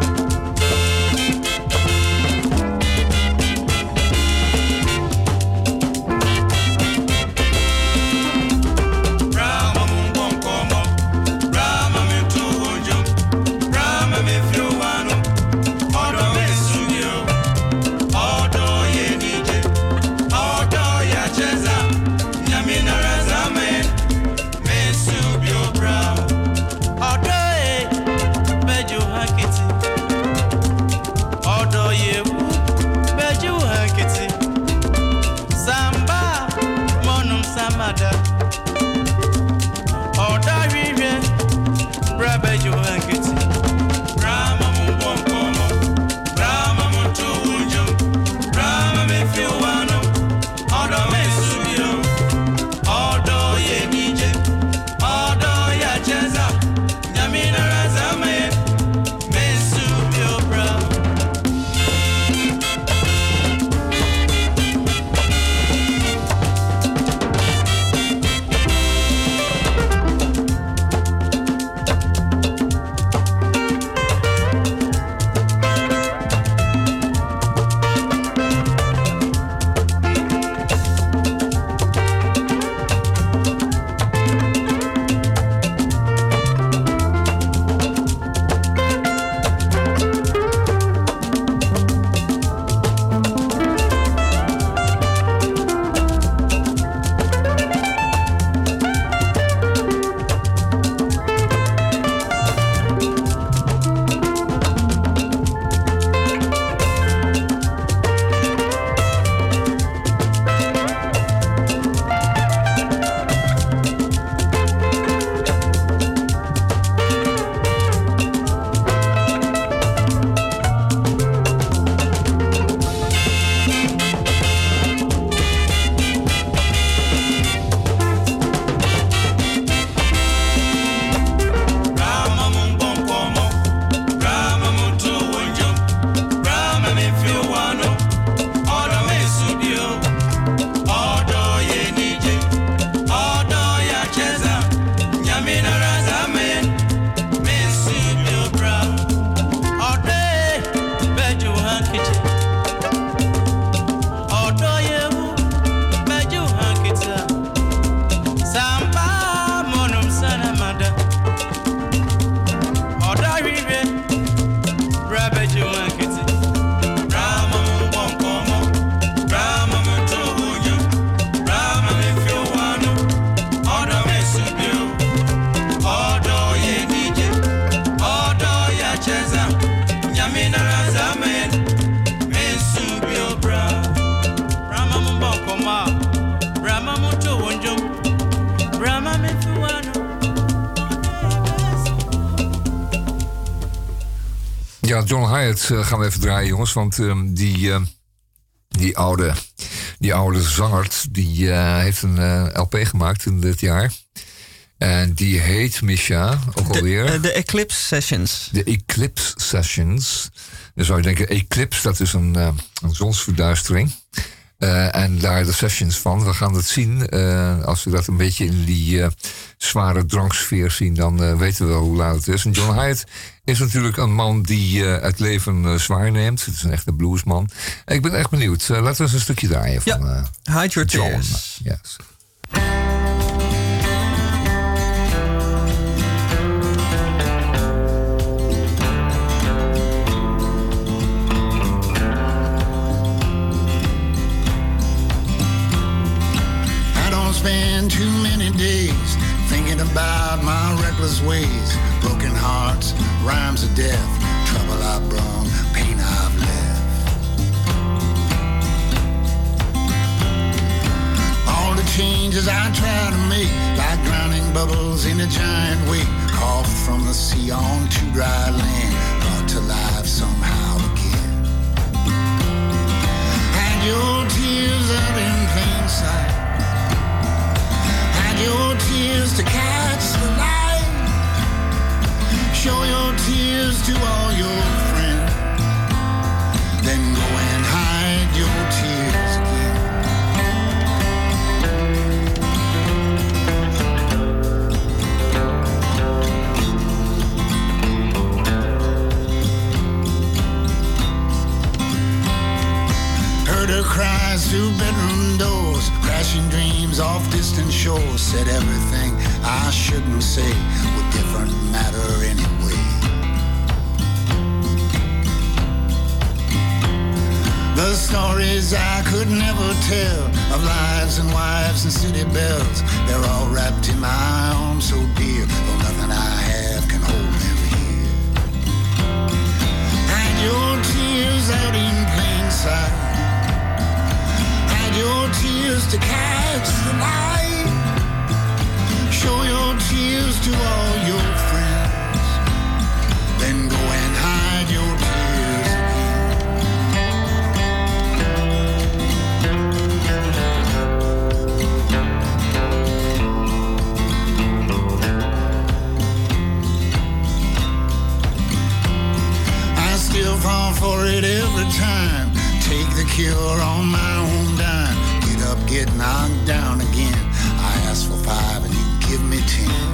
Ja, John Hyatt uh, gaan we even draaien, jongens. Want um, die, uh, die, oude, die oude zanger die, uh, heeft een uh, L P gemaakt in dit jaar. En die heet, Misha, ook alweer... De, uh, de Eclipse Sessions. De Eclipse Sessions. Dan zou je denken, Eclipse, dat is een, uh, een zonsverduistering. Uh, en daar de sessions van. We gaan het zien. Uh, als we dat een beetje in die uh, zware dranksfeer zien, dan uh, weten we wel hoe laat het is. En John Hyatt is natuurlijk een man die uh, het leven uh, zwaar neemt. Het is een echte bluesman. En ik ben echt benieuwd. Uh, laten we eens een stukje draaien van uh, ja. Hide Your John. Tears. Yes. Spend too many days thinking about my reckless ways, broken hearts, rhymes of death, trouble I've brought, pain I've left. All the changes I try to make, like drowning bubbles in a giant wake, off from the sea on dry land brought to life somehow again. Hide your tears out in plain sight. Hide your tears to catch the light. Show your tears to all your friends. Then go and hide your tears again. Heard her cries through bedroom doors, crashing dreams off distant shores. Said everything I shouldn't say would different matter anyway. The stories I could never tell of lives and wives and city bells, they're all wrapped in my arms so dear, though nothing I have can hold them here. Hide your tears out in plain sight. Hide your tears to catch the light. Show your tears to all your friends. Then go and hide your tears. Still fall for it every time. Take the cure on my own dime. Get up, get knocked down again. I ask for five and you give me ten.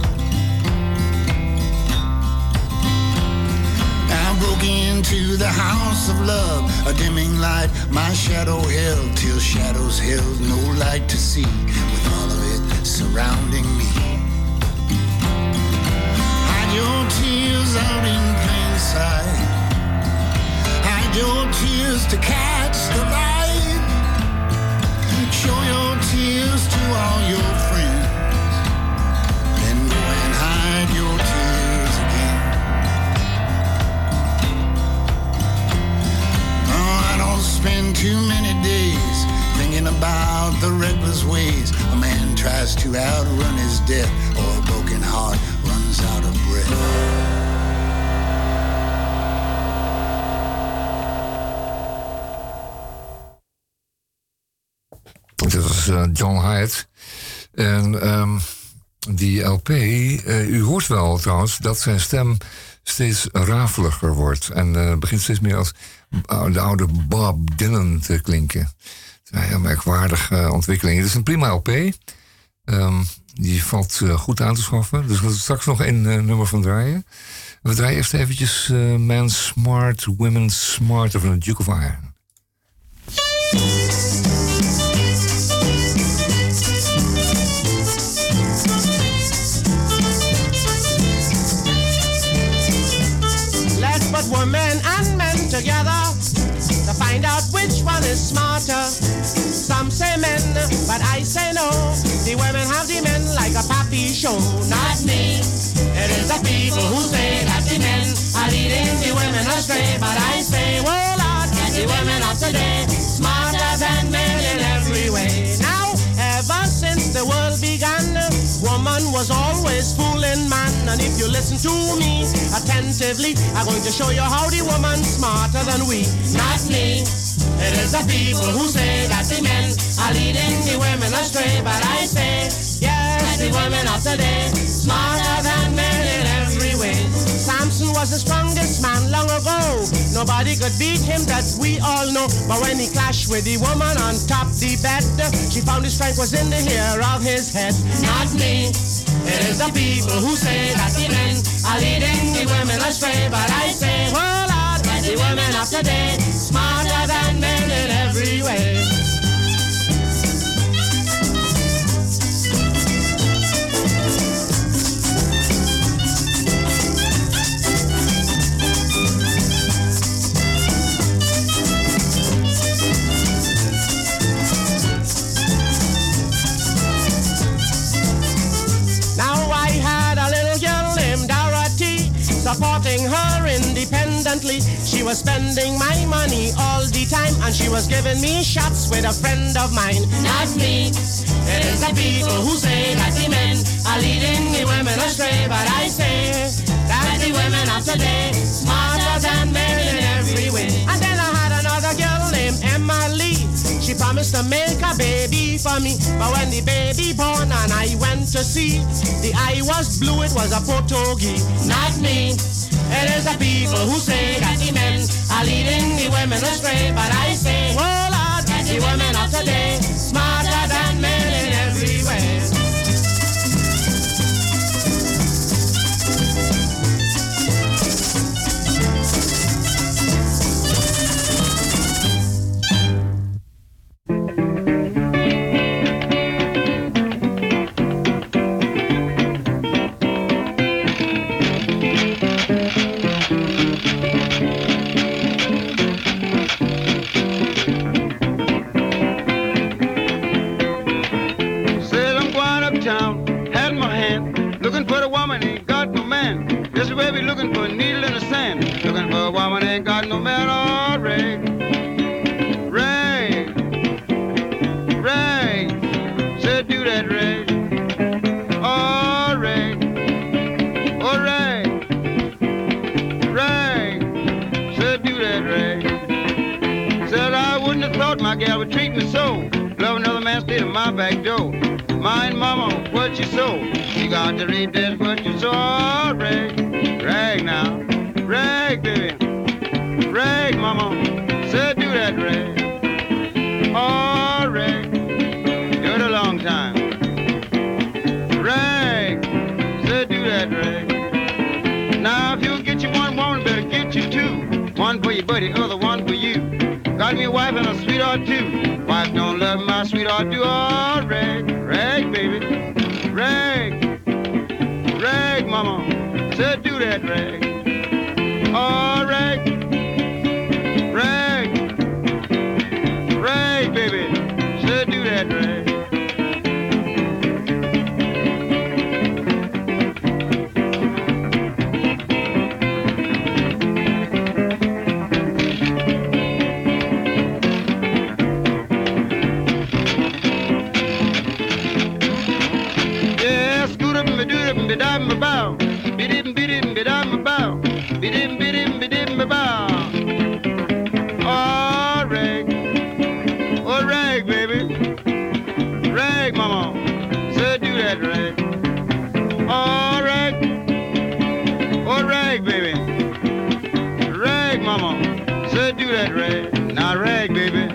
I broke into the house of love, a dimming light my shadow held, till shadows held no light to see, with all of it surrounding me. Hide your tears out in plain sight. Your tears to catch the light. Show your tears to all your friends. Then go and hide your tears again. Oh, I don't spend too many days thinking about the reckless ways a man tries to outrun his death, or a broken heart runs out of breath. Dat was uh, John Hyatt. En um, die L P, uh, u hoort wel trouwens dat zijn stem steeds rafeliger wordt. En uh, begint steeds meer als uh, de oude Bob Dylan te klinken. Het is een heel merkwaardige uh, ontwikkeling. Het is een prima L P. Um, die valt uh, goed aan te schaffen. Dus we gaan straks nog één uh, nummer van draaien. We draaien eerst eventjes uh, Man Smart, Women Smarter van de Duke of Iron. But women and men together to find out which one is smarter. Some say men, but I say no. The women have the men like a pappy show. Not me. It is the people who say that the men are leading the women astray. But I say, oh Lord, the women of today smarter than men in every way. Now, ever since the world began, woman was always fooling man. And if you listen to me attentively, I'm going to show you how the woman's smarter than we. Not me. It is the people who say that the men are leading the women astray. But I say, yes, the women of today smarter than men in every way. Samson was the strongest man long ago. Nobody could beat him, that we all know. But when he clashed with the woman on top the bed, she found his strength was in the hair of his head. Not me. It is the people who say that the men are leading the women astray. But I say, well, Lord, the women of today smarter than men in every way. Supporting her independently. She was spending my money all the time, and she was giving me shots with a friend of mine. Not me. It is the people who say that the men are leading the women astray. But I say that the women of to make a baby for me. But when the baby born and I went to see, the eye was blue, it was a Portuguese. Not me. It is the people who say that the men are leading the women astray. But I say, oh Lord, the women of today smarter than men in every way. Looking for a needle in the sand. Looking for a woman ain't got no man. Oh, Ray, Ray, Ray, said do that, Ray. Oh, Ray, oh, Ray, Ray, said do that, Ray. Said I wouldn't have thought my gal would treat me so. Love another man stayed at my back door. Mind mama, what you sow. You got to read this, what you saw, oh, Ray. Rag now, rag, baby, rag, mama, said do that, rag. Oh, rag, do it a long time. Rag, said do that, rag. Now, if you get you one woman, better get you two. One for your buddy, other one for you. Got me a wife and a sweetheart too. Wife don't love my sweetheart too. Oh, rag, rag, baby, rag, rag, mama. Said do that, rag. Oh, rag. Rag. Rag, baby. Said do that, rag. Yeah, scoot up and be do up and be dive and be bow. Biddim biddim bidam bow, biddim biddim biddim bow. Oh, rag, oh, rag, baby, rag, mama, said do that, rag. Oh, rag, oh, rag, baby, rag, mama, said do that, rag. Now, rag, baby.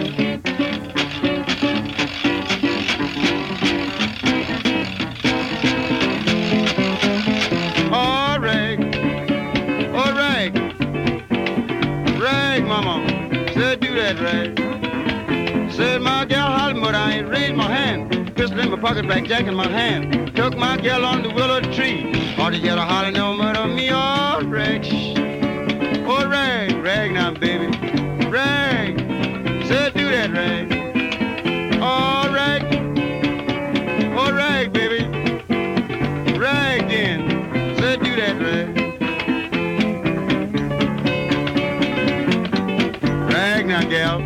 Rag. Said my gal hollered, but I ain't raised my hand. Pistol in my pocket, blackjack in my hand. Took my gal on the willow tree. All the yellow holler no murder me. Oh, rag. Oh, rag, rag now, baby. Rag. Said do that, rag. Oh, rag. Oh, rag, baby. Rag then. Said do that, rag. Now, gal.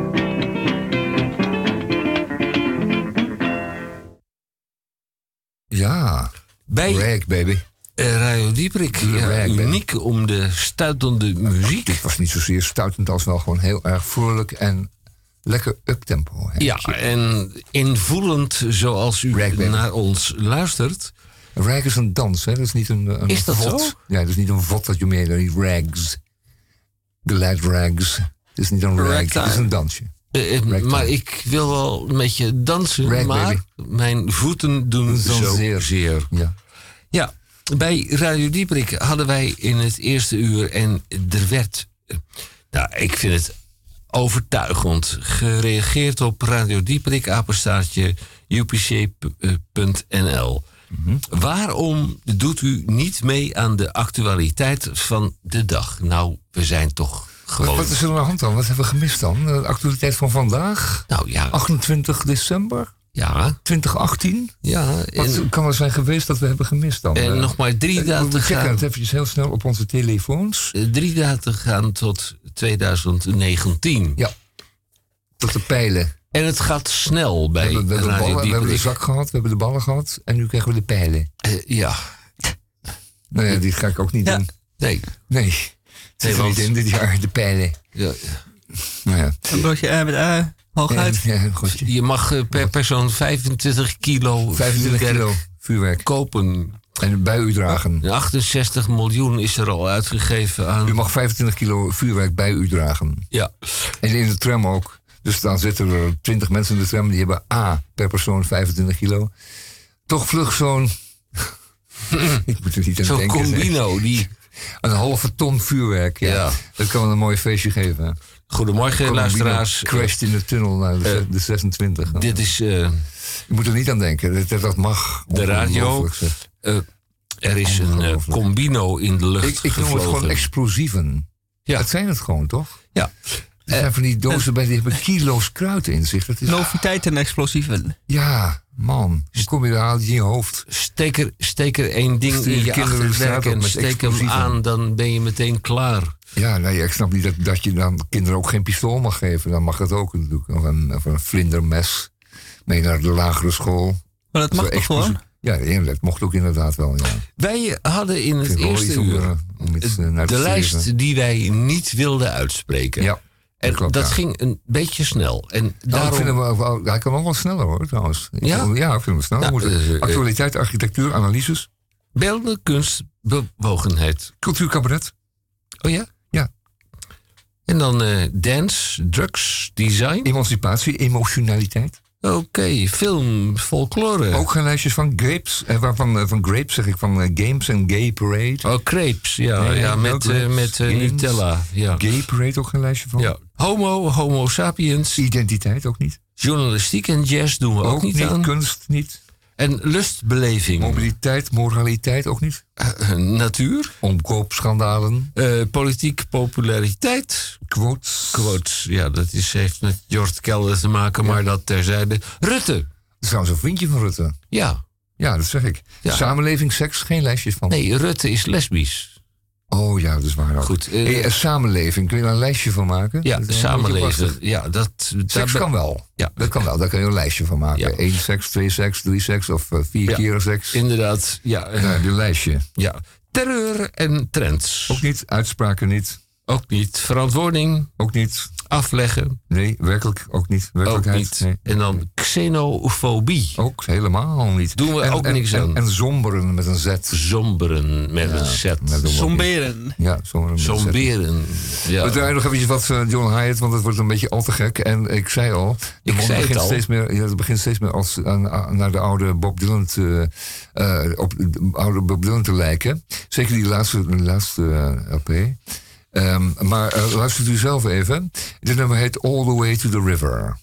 Ja, bij rag, baby. Radio Dieprik. Ja, rag, uniek baby. Om de stuitende muziek. Dit was niet zozeer stuitend als wel gewoon heel erg vrolijk en lekker uptempo. Ja, en invoelend zoals u rag, naar ons luistert. Rag is een dans, hè? Dat is niet een, een is dat vod. Zo? Ja, dat is niet een vod dat je mee die rags. Glad rags. Het is niet een rag, het is een dansje. Uh, maar ik wil wel met je dansen, rag, maar baby. Mijn voeten doen zo zeer. zeer. Ja. ja, bij Radio Dieprik hadden wij in het eerste uur en er werd, uh, nou, ik vind het overtuigend gereageerd op Radio Dieprik, apenstaartje u p c punt n l. Mm-hmm. Waarom doet u niet mee aan de actualiteit van de dag? Nou, we zijn toch gewoon... Wat is er aan de hand dan? Wat hebben we gemist dan? De actualiteit van vandaag? Nou ja. achtentwintig december? Ja. twintig achttien? Ja. En, wat kan er zijn geweest dat we hebben gemist dan? En uh, nog maar drie dagen te gaan. We checken het eventjes heel snel op onze telefoons. Uh, drie dagen te gaan tot twintig negentien. Ja. Tot de pijlen. En het gaat snel bij we hebben, we hebben, Radio ballen, we hebben de Dieprik. zak gehad, we hebben de ballen gehad. En nu krijgen we de pijlen. Uh, ja. Nou ja, die ga ik ook niet ja. doen. Nee. Nee. Het zit er niet in dit jaar, de pijlen. Ja. Nou ja. Een broodje uh, met uh. Hooguit. En, ja, goed. Je mag uh, per persoon vijfentwintig kilo vijfentwintig vuurwerk kilo vuurwerk kopen. En bij u dragen. achtenzestig miljoen is er al uitgegeven aan... U mag vijfentwintig kilo vuurwerk bij u dragen. Ja. En in de tram ook. Dus dan zitten er twintig mensen in de tram. Die hebben A, per persoon vijfentwintig kilo. Toch vlug zo'n... Ik moet er niet aan zo'n denken. Zo'n combino. Die... Een halve ton vuurwerk. Ja. Ja. Dat kan wel een mooi feestje geven. Hè? Goedemorgen, luisteraars. Crashed in de tunnel naar de, uh, de zesentwintig. Dit is... Uh, Je moet er niet aan denken. Dat, dat mag. De radio. Uh, er is een uh, combino in de lucht Ik, ik noem het gewoon explosieven. Ja. Dat zijn het gewoon, toch? Ja. Er zijn van die dozen bij die hebben kilo's kruid in zich. Dat is... Noviteit en explosieven. Ja, man. Hoe kom je daar aan in je hoofd? Steek er, steek er één ding Steek in je achterwerk en steek hem aan, dan ben je meteen klaar. Ja, nee, ik snap niet dat, dat je dan kinderen ook geen pistool mag geven. Dan mag dat ook natuurlijk. Of een, of een vlindermes. Mee naar de lagere school. Maar dat mag toch gewoon? Ja, dat mocht ook inderdaad wel, ja. Wij hadden in het eerste uur om, om iets, uh, naar de lijst die wij niet wilden uitspreken. Ja. En dat, klopt, dat ja. ging een beetje snel. En nou, daarom... ik vind hem wel, wel, hij kan nog wel sneller hoor, trouwens. Ik ja? Vind, ja, ik vind hem sneller. Nou, uh, Actualiteit, architectuur, analyses. Beeldende kunst, bewogenheid. Cultuurcabaret. Oh ja? Ja. En dan uh, dance, drugs, design. Emancipatie, emotionaliteit. Oké, okay, film, folklore. Ook geen lijstjes van grapes. Eh, van, uh, van grapes zeg ik, van uh, games en gay parade. Oh, crepes, ja, nee, ja met, uh, met uh, Nutella. Ja. Gay parade ook geen lijstje van. Ja. Homo, homo sapiens. Identiteit ook niet. Journalistiek en jazz doen we ook, ook niet, niet aan. Kunst niet. En lustbeleving. Mobiliteit, moraliteit ook niet. Uh, natuur. Omkoopschandalen. Uh, politiek populariteit. Quotes. Quotes, ja, dat is, heeft met Jort Kelder te maken, ja. Maar dat terzijde. Rutte. Dat is trouwens een vriendje van Rutte. Ja. Ja, dat zeg ik. Ja. Samenleving, seks, geen lijstjes van. Nee, Rutte is lesbisch. Oh ja, dat is waar ook. Goed. Uh, hey, een samenleving, kun je daar een lijstje van maken? Ja, de samenleving. Ja, dat, seks daar kan wel. Ja. Dat kan wel, daar kun je een lijstje van maken. Ja. Eén seks, twee seks, drie seks of uh, vier ja. keer seks. Inderdaad, ja. Uh, ja, een lijstje. Ja. Terreur en trends. Ook niet, uitspraken niet. Ook niet. Verantwoording. Ook niet. Afleggen. Nee, werkelijk ook niet. Werkelijkheid. Ook niet. Nee. En dan xenofobie. Ook helemaal niet. Doen we en, ook en, niks aan. En, en zomberen met een Z. Zomberen met ja, een Z. Zomberen. Ja, zomberen. Zomberen. Ja. We draaien nog eventjes wat uh, John Hyatt, want het wordt een beetje al te gek. En ik zei al, de ik zei begint het al. Steeds meer, ja, het begint steeds meer als, aan, aan, naar de oude Bob Dylan te, uh, op de oude Bob Dylan te lijken. Zeker die laatste, de laatste uh, L P. Um, maar uh, luistert u zelf even. Dit nummer heet All the Way to the River.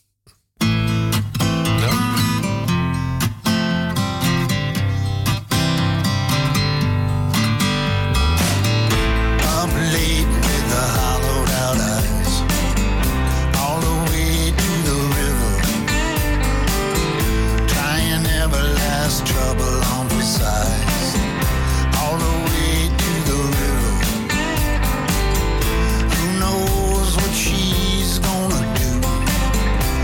She's gonna do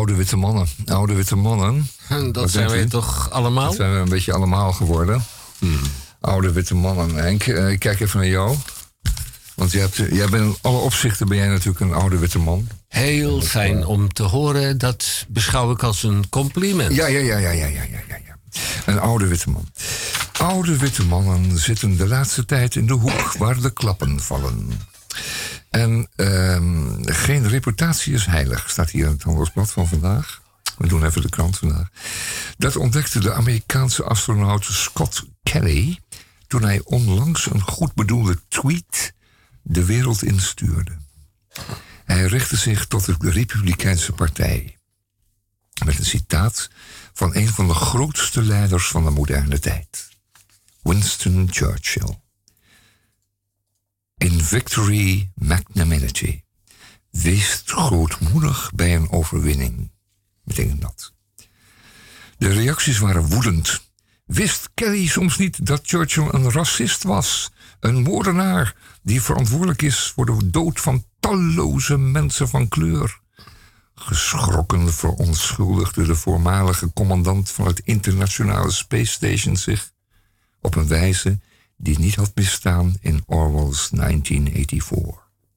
oude witte mannen. Oude witte mannen. En dat Wat zijn denkt wij u? toch allemaal? Dat zijn we een beetje allemaal geworden. Hmm. Oude witte mannen. Henk, uh, ik kijk even naar jou. Want jij, hebt, jij bent in alle opzichten ben jij natuurlijk een oude witte man. Heel fijn om te horen. Dat beschouw ik als een compliment. Ja, ja, ja, ja, ja, ja, ja, ja. ja. Een oude witte man. Oude witte mannen zitten de laatste tijd in de hoek waar de klappen vallen. En um, geen reputatie is heilig, staat hier in het Handelsblad van vandaag. We doen even de krant vandaag. Dat ontdekte de Amerikaanse astronaut Scott Kelly toen hij onlangs een goed bedoelde tweet de wereld instuurde. Hij richtte zich tot de Republikeinse Partij met een citaat van een van de grootste leiders van de moderne tijd, Winston Churchill. In victory magnanimity. Wees grootmoedig bij een overwinning. Betekent dat. De reacties waren woedend. Wist Kelly soms niet dat Churchill een racist was? Een moordenaar die verantwoordelijk is voor de dood van talloze mensen van kleur. Geschrokken verontschuldigde de voormalige commandant van het internationale Space Station zich op een wijze die niet had misstaan in Orwell's negentien vierennegentig.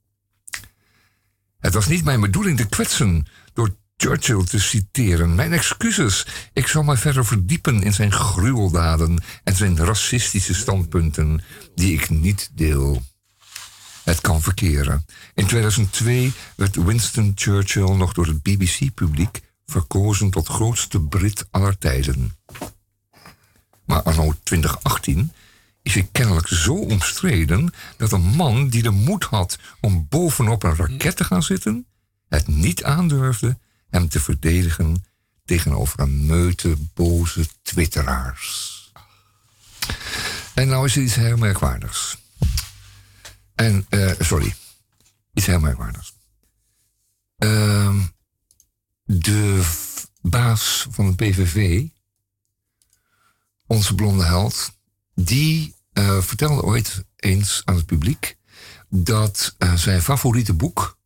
Het was niet mijn bedoeling te kwetsen door Churchill te citeren. Mijn excuses. Ik zal mij verder verdiepen in zijn gruweldaden en zijn racistische standpunten die ik niet deel. Het kan verkeren. In tweeduizend twee werd Winston Churchill nog door het B B C-publiek verkozen tot grootste Brit aller tijden. Maar anno twintig achttien is hij kennelijk zo omstreden dat een man die de moed had om bovenop een raket te gaan zitten, het niet aandurfde hem te verdedigen tegenover een meute boze twitteraars. En nou is er iets heel merkwaardigs. En, uh, sorry, iets heel merkwaardigs. Uh, de v- baas van de P V V, onze blonde held, die uh, vertelde ooit eens aan het publiek dat uh, zijn favoriete boek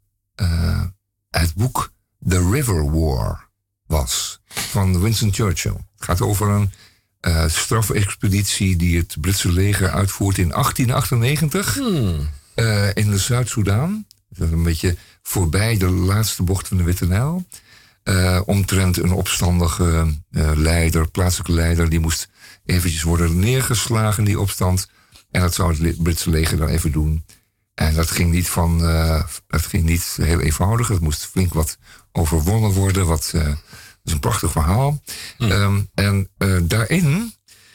uh, het boek The River War was van Winston Churchill. Het gaat over een uh, strafexpeditie die het Britse leger uitvoert in achttien achtennegentig hmm. uh, in de Zuid-Soedan. Dat is een beetje voorbij de laatste bocht van de Witte Nijl. Uh, omtrent een opstandige uh, leider, plaatselijke leider, die moest eventjes worden neergeslagen, die opstand. En dat zou het Britse leger dan even doen. En dat ging niet van, uh, dat ging niet heel eenvoudig. Het moest flink wat overwonnen worden. Wat, uh, dat is een prachtig verhaal. Mm. Um, en uh, daarin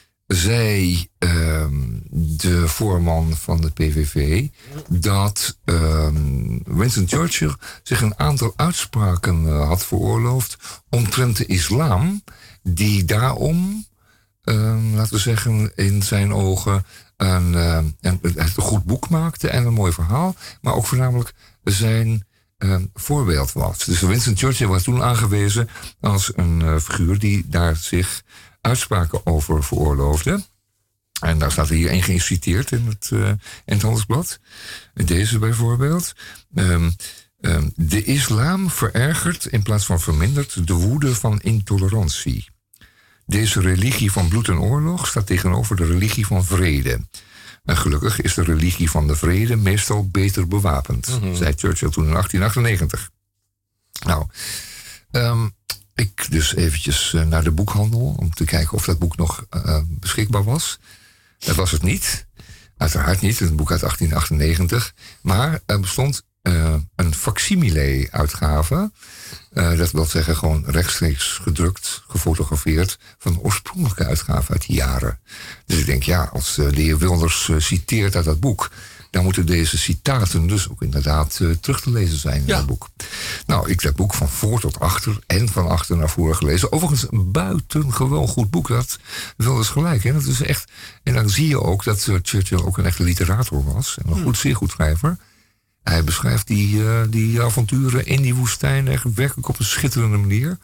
zei um, de voorman van de P V V dat um, Winston Churchill zich een aantal uitspraken uh, had veroorloofd omtrent de islam, die daarom, um, laten we zeggen, in zijn ogen een, uh, een, een goed boek maakte en een mooi verhaal, maar ook voornamelijk zijn uh, voorbeeld was. Dus Winston Churchill was toen aangewezen als een uh, figuur die daar zich uitspraken over veroorloofde. En daar staat er hier één geciteerd in het, uh, in het Handelsblad. Deze bijvoorbeeld. Um, um, de islam verergert in plaats van vermindert de woede van intolerantie. Deze religie van bloed en oorlog staat tegenover de religie van vrede. En gelukkig is de religie van de vrede meestal beter bewapend, mm-hmm. zei Churchill toen in achttien achtennegentig. Nou, um, ik dus eventjes uh, naar de boekhandel om te kijken of dat boek nog uh, beschikbaar was. Dat was het niet. Uiteraard niet, een boek uit achttien achtennegentig. Maar er bestond uh, een facsimile-uitgave. Uh, dat wil zeggen gewoon rechtstreeks gedrukt, gefotografeerd, van de oorspronkelijke uitgave uit die jaren. Dus ik denk, ja, als uh, de heer Wilders uh, citeert uit dat boek, dan moeten deze citaten dus ook inderdaad uh, terug te lezen zijn in ja. dat boek. Nou, ik heb het boek van voor tot achter en van achter naar voren gelezen. Overigens een buitengewoon goed boek. Dat Wilders gelijk. Hè? Dat is echt, en dan zie je ook dat uh, Churchill ook een echte literator was. En een goed, zeer goed schrijver. Hij beschrijft die, uh, die avonturen in die woestijn echt werkelijk op een schitterende manier.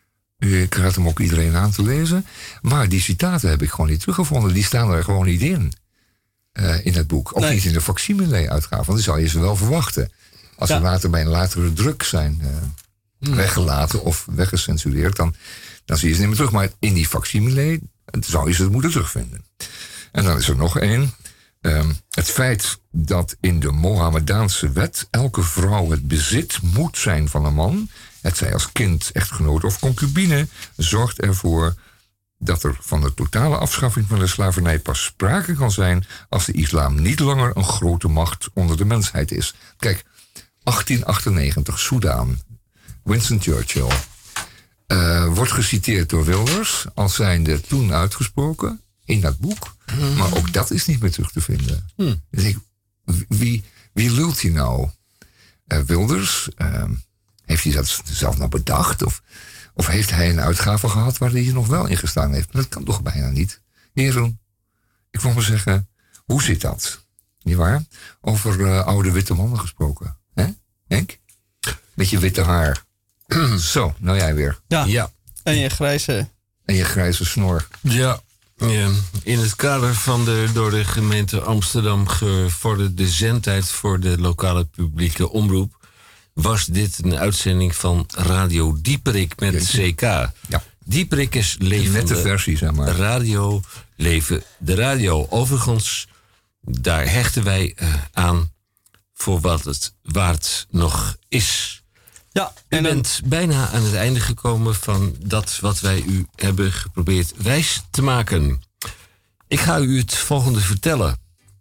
Ik raad hem ook iedereen aan te lezen. Maar die citaten heb ik gewoon niet teruggevonden. Die staan er gewoon niet in. Uh, in het boek. Ook nee. niet in de facsimile-uitgave. Want dan zou je ze wel verwachten. Als ja. ze later bij een latere druk zijn. Uh, weggelaten of weggecensureerd, dan, dan zie je ze niet meer terug. Maar in die facsimile zou je ze moeten terugvinden. En dan is er nog één. Um, het feit dat in de Mohammedaanse wet elke vrouw het bezit moet zijn van een man, het zij als kind, echtgenoot of concubine, zorgt ervoor dat er van de totale afschaffing van de slavernij pas sprake kan zijn als de islam niet langer een grote macht onder de mensheid is. Kijk, achttien achtennegentig, Soedan, Winston Churchill, uh, wordt geciteerd door Wilders als zijnde toen uitgesproken in dat boek. Hmm. Maar ook dat is niet meer terug te vinden. Hmm. Dus ik, wie, wie lult hij nou? Uh, Wilders, uh, heeft hij dat zelf nou bedacht? Of, of heeft hij een uitgave gehad waar hij nog wel in gestaan heeft? Maar dat kan toch bijna niet. Heren, ik wil maar zeggen, hoe zit dat? Niet waar? Over uh, oude witte mannen gesproken. Hè, Henk? Met je witte haar. Zo, nou jij weer. Ja. ja. En je grijze... En je grijze snor. Ja. Ja, in het kader van de door de gemeente Amsterdam gevorderde zendtijd voor de lokale publieke omroep was dit een uitzending van Radio Dieperik met C K. Ja. Dieperik is leven. Nette versie, zeg maar. Radio, leven de radio. Overigens, daar hechten wij uh, aan voor wat het waard nog is. Ja, en u bent een... bijna aan het einde gekomen van dat wat wij u hebben geprobeerd wijs te maken. Ik ga u het volgende vertellen.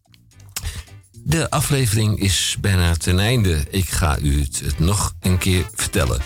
De aflevering is bijna ten einde. Ik ga u het, het nog een keer vertellen.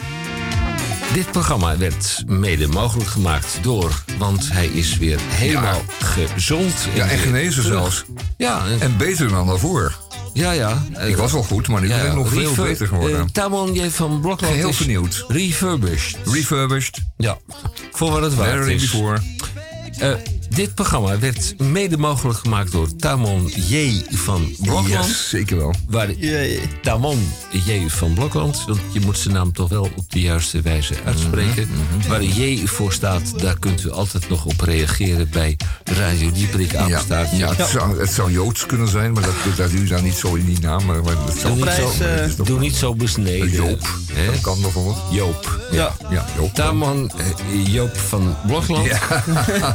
Dit programma werd mede mogelijk gemaakt door, want hij is weer helemaal ja. gezond. En ja, en genezen zelfs. Ja, en, en beter dan daarvoor. Ja, ja. Ik was wel goed, maar ik ja, ben ja. nog Refer, veel beter geworden. Uh, Tamon J. van Blokland heel is vernieuwd. Refurbished. Refurbished. Ja, voor wat het waard is. Before. Uh, dit programma werd mede mogelijk gemaakt door Tamon J. van Blokland. Yes, zeker wel. Waar de, Tamon J. van Blokland, want je moet zijn naam toch wel op de juiste wijze uitspreken. Mm-hmm. Waar de J voor staat, daar kunt u altijd nog op reageren bij Radio Dieperik Apenstaart. Ja, ja, het, ja. Zou, het zou Joods kunnen zijn, maar dat, dat doe je dan niet zo in die naam. Maar dat doe, niet zo, uh, doe niet zo besneden. Joop, He? dat kan bijvoorbeeld. Joop. Ja, ja Joop. Tamon uh, Joop van Blokland. Ja.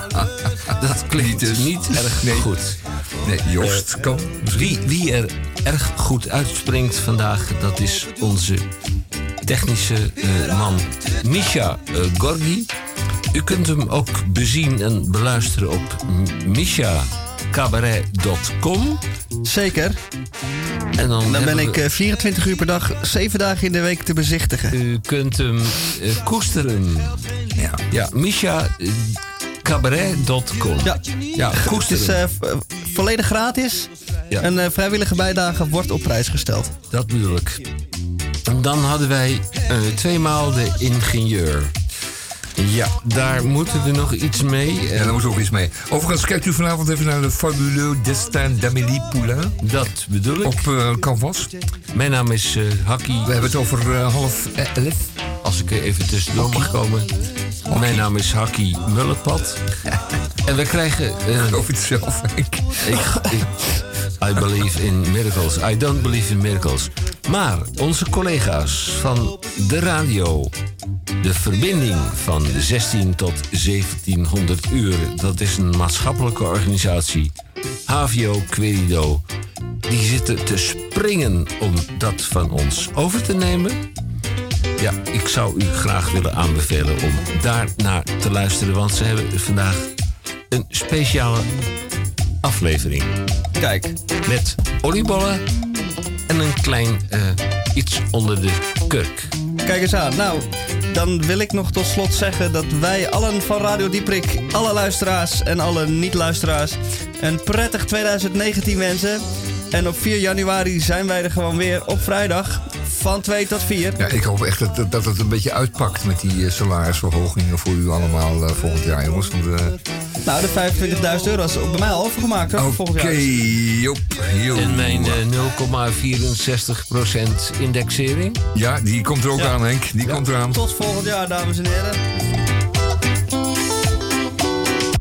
Dat klinkt dus niet erg nee. goed. Nee, Joost uh, kan. Wie, wie er erg goed uitspringt vandaag, dat is onze technische uh, man Misha uh, Gorgi. U kunt hem ook bezien en beluisteren op misha cabaret dot com. Zeker. En dan, dan ben ik uh, vierentwintig uur per dag, zeven dagen in de week te bezichtigen. U kunt hem uh, koesteren. Ja, ja Misha... Uh, cabaret dot com. Ja, ja het is uh, volledig gratis. Ja. Een uh, vrijwillige bijdrage wordt op prijs gesteld. Dat bedoel ik. En dan hadden wij uh, tweemaal de ingenieur. Ja, daar moeten we nog iets mee. Ja, daar moet ook iets mee. Overigens, kijkt u vanavond even naar de Fabuleux Destin d'Amélie Poulain. Dat bedoel ik. Op uh, Canvas. Mijn naam is uh, Hakkie. We hebben het over uh, half elf. Als ik er even tussendoor Hakkie. mag komen. Okay. Mijn naam is Hakkie Mullepad. En we krijgen... Uh, Geloof het zelf, Henk. Ik, ik, I believe in miracles. I don't believe in miracles. Maar onze collega's van de radio... De verbinding van zestien tot zeventienhonderd uur... dat is een maatschappelijke organisatie. H V O Querido. Die zitten te springen om dat van ons over te nemen... Ja, ik zou u graag willen aanbevelen om daar naar te luisteren... want ze hebben vandaag een speciale aflevering. Kijk. Met oliebollen en een klein uh, iets onder de kurk. Kijk eens aan. Nou, dan wil ik nog tot slot zeggen dat wij allen van Radio Dieperik... alle luisteraars en alle niet-luisteraars... een prettig twintig negentien wensen. En op vier januari zijn wij er gewoon weer op vrijdag... van twee tot vier. Ja, ik hoop echt dat, dat het een beetje uitpakt met die uh, salarisverhogingen voor u allemaal uh, volgend jaar, jongens. Want, uh... Nou, de vijfentwintigduizend euro is ook bij mij al overgemaakt, hoor, okay, volgend jaar. Oké, joep. En mijn uh, nul komma vierenzestig procent indexering? Ja, die komt er ook ja. aan, Henk. Die ja. komt eraan. Tot volgend jaar, dames en heren.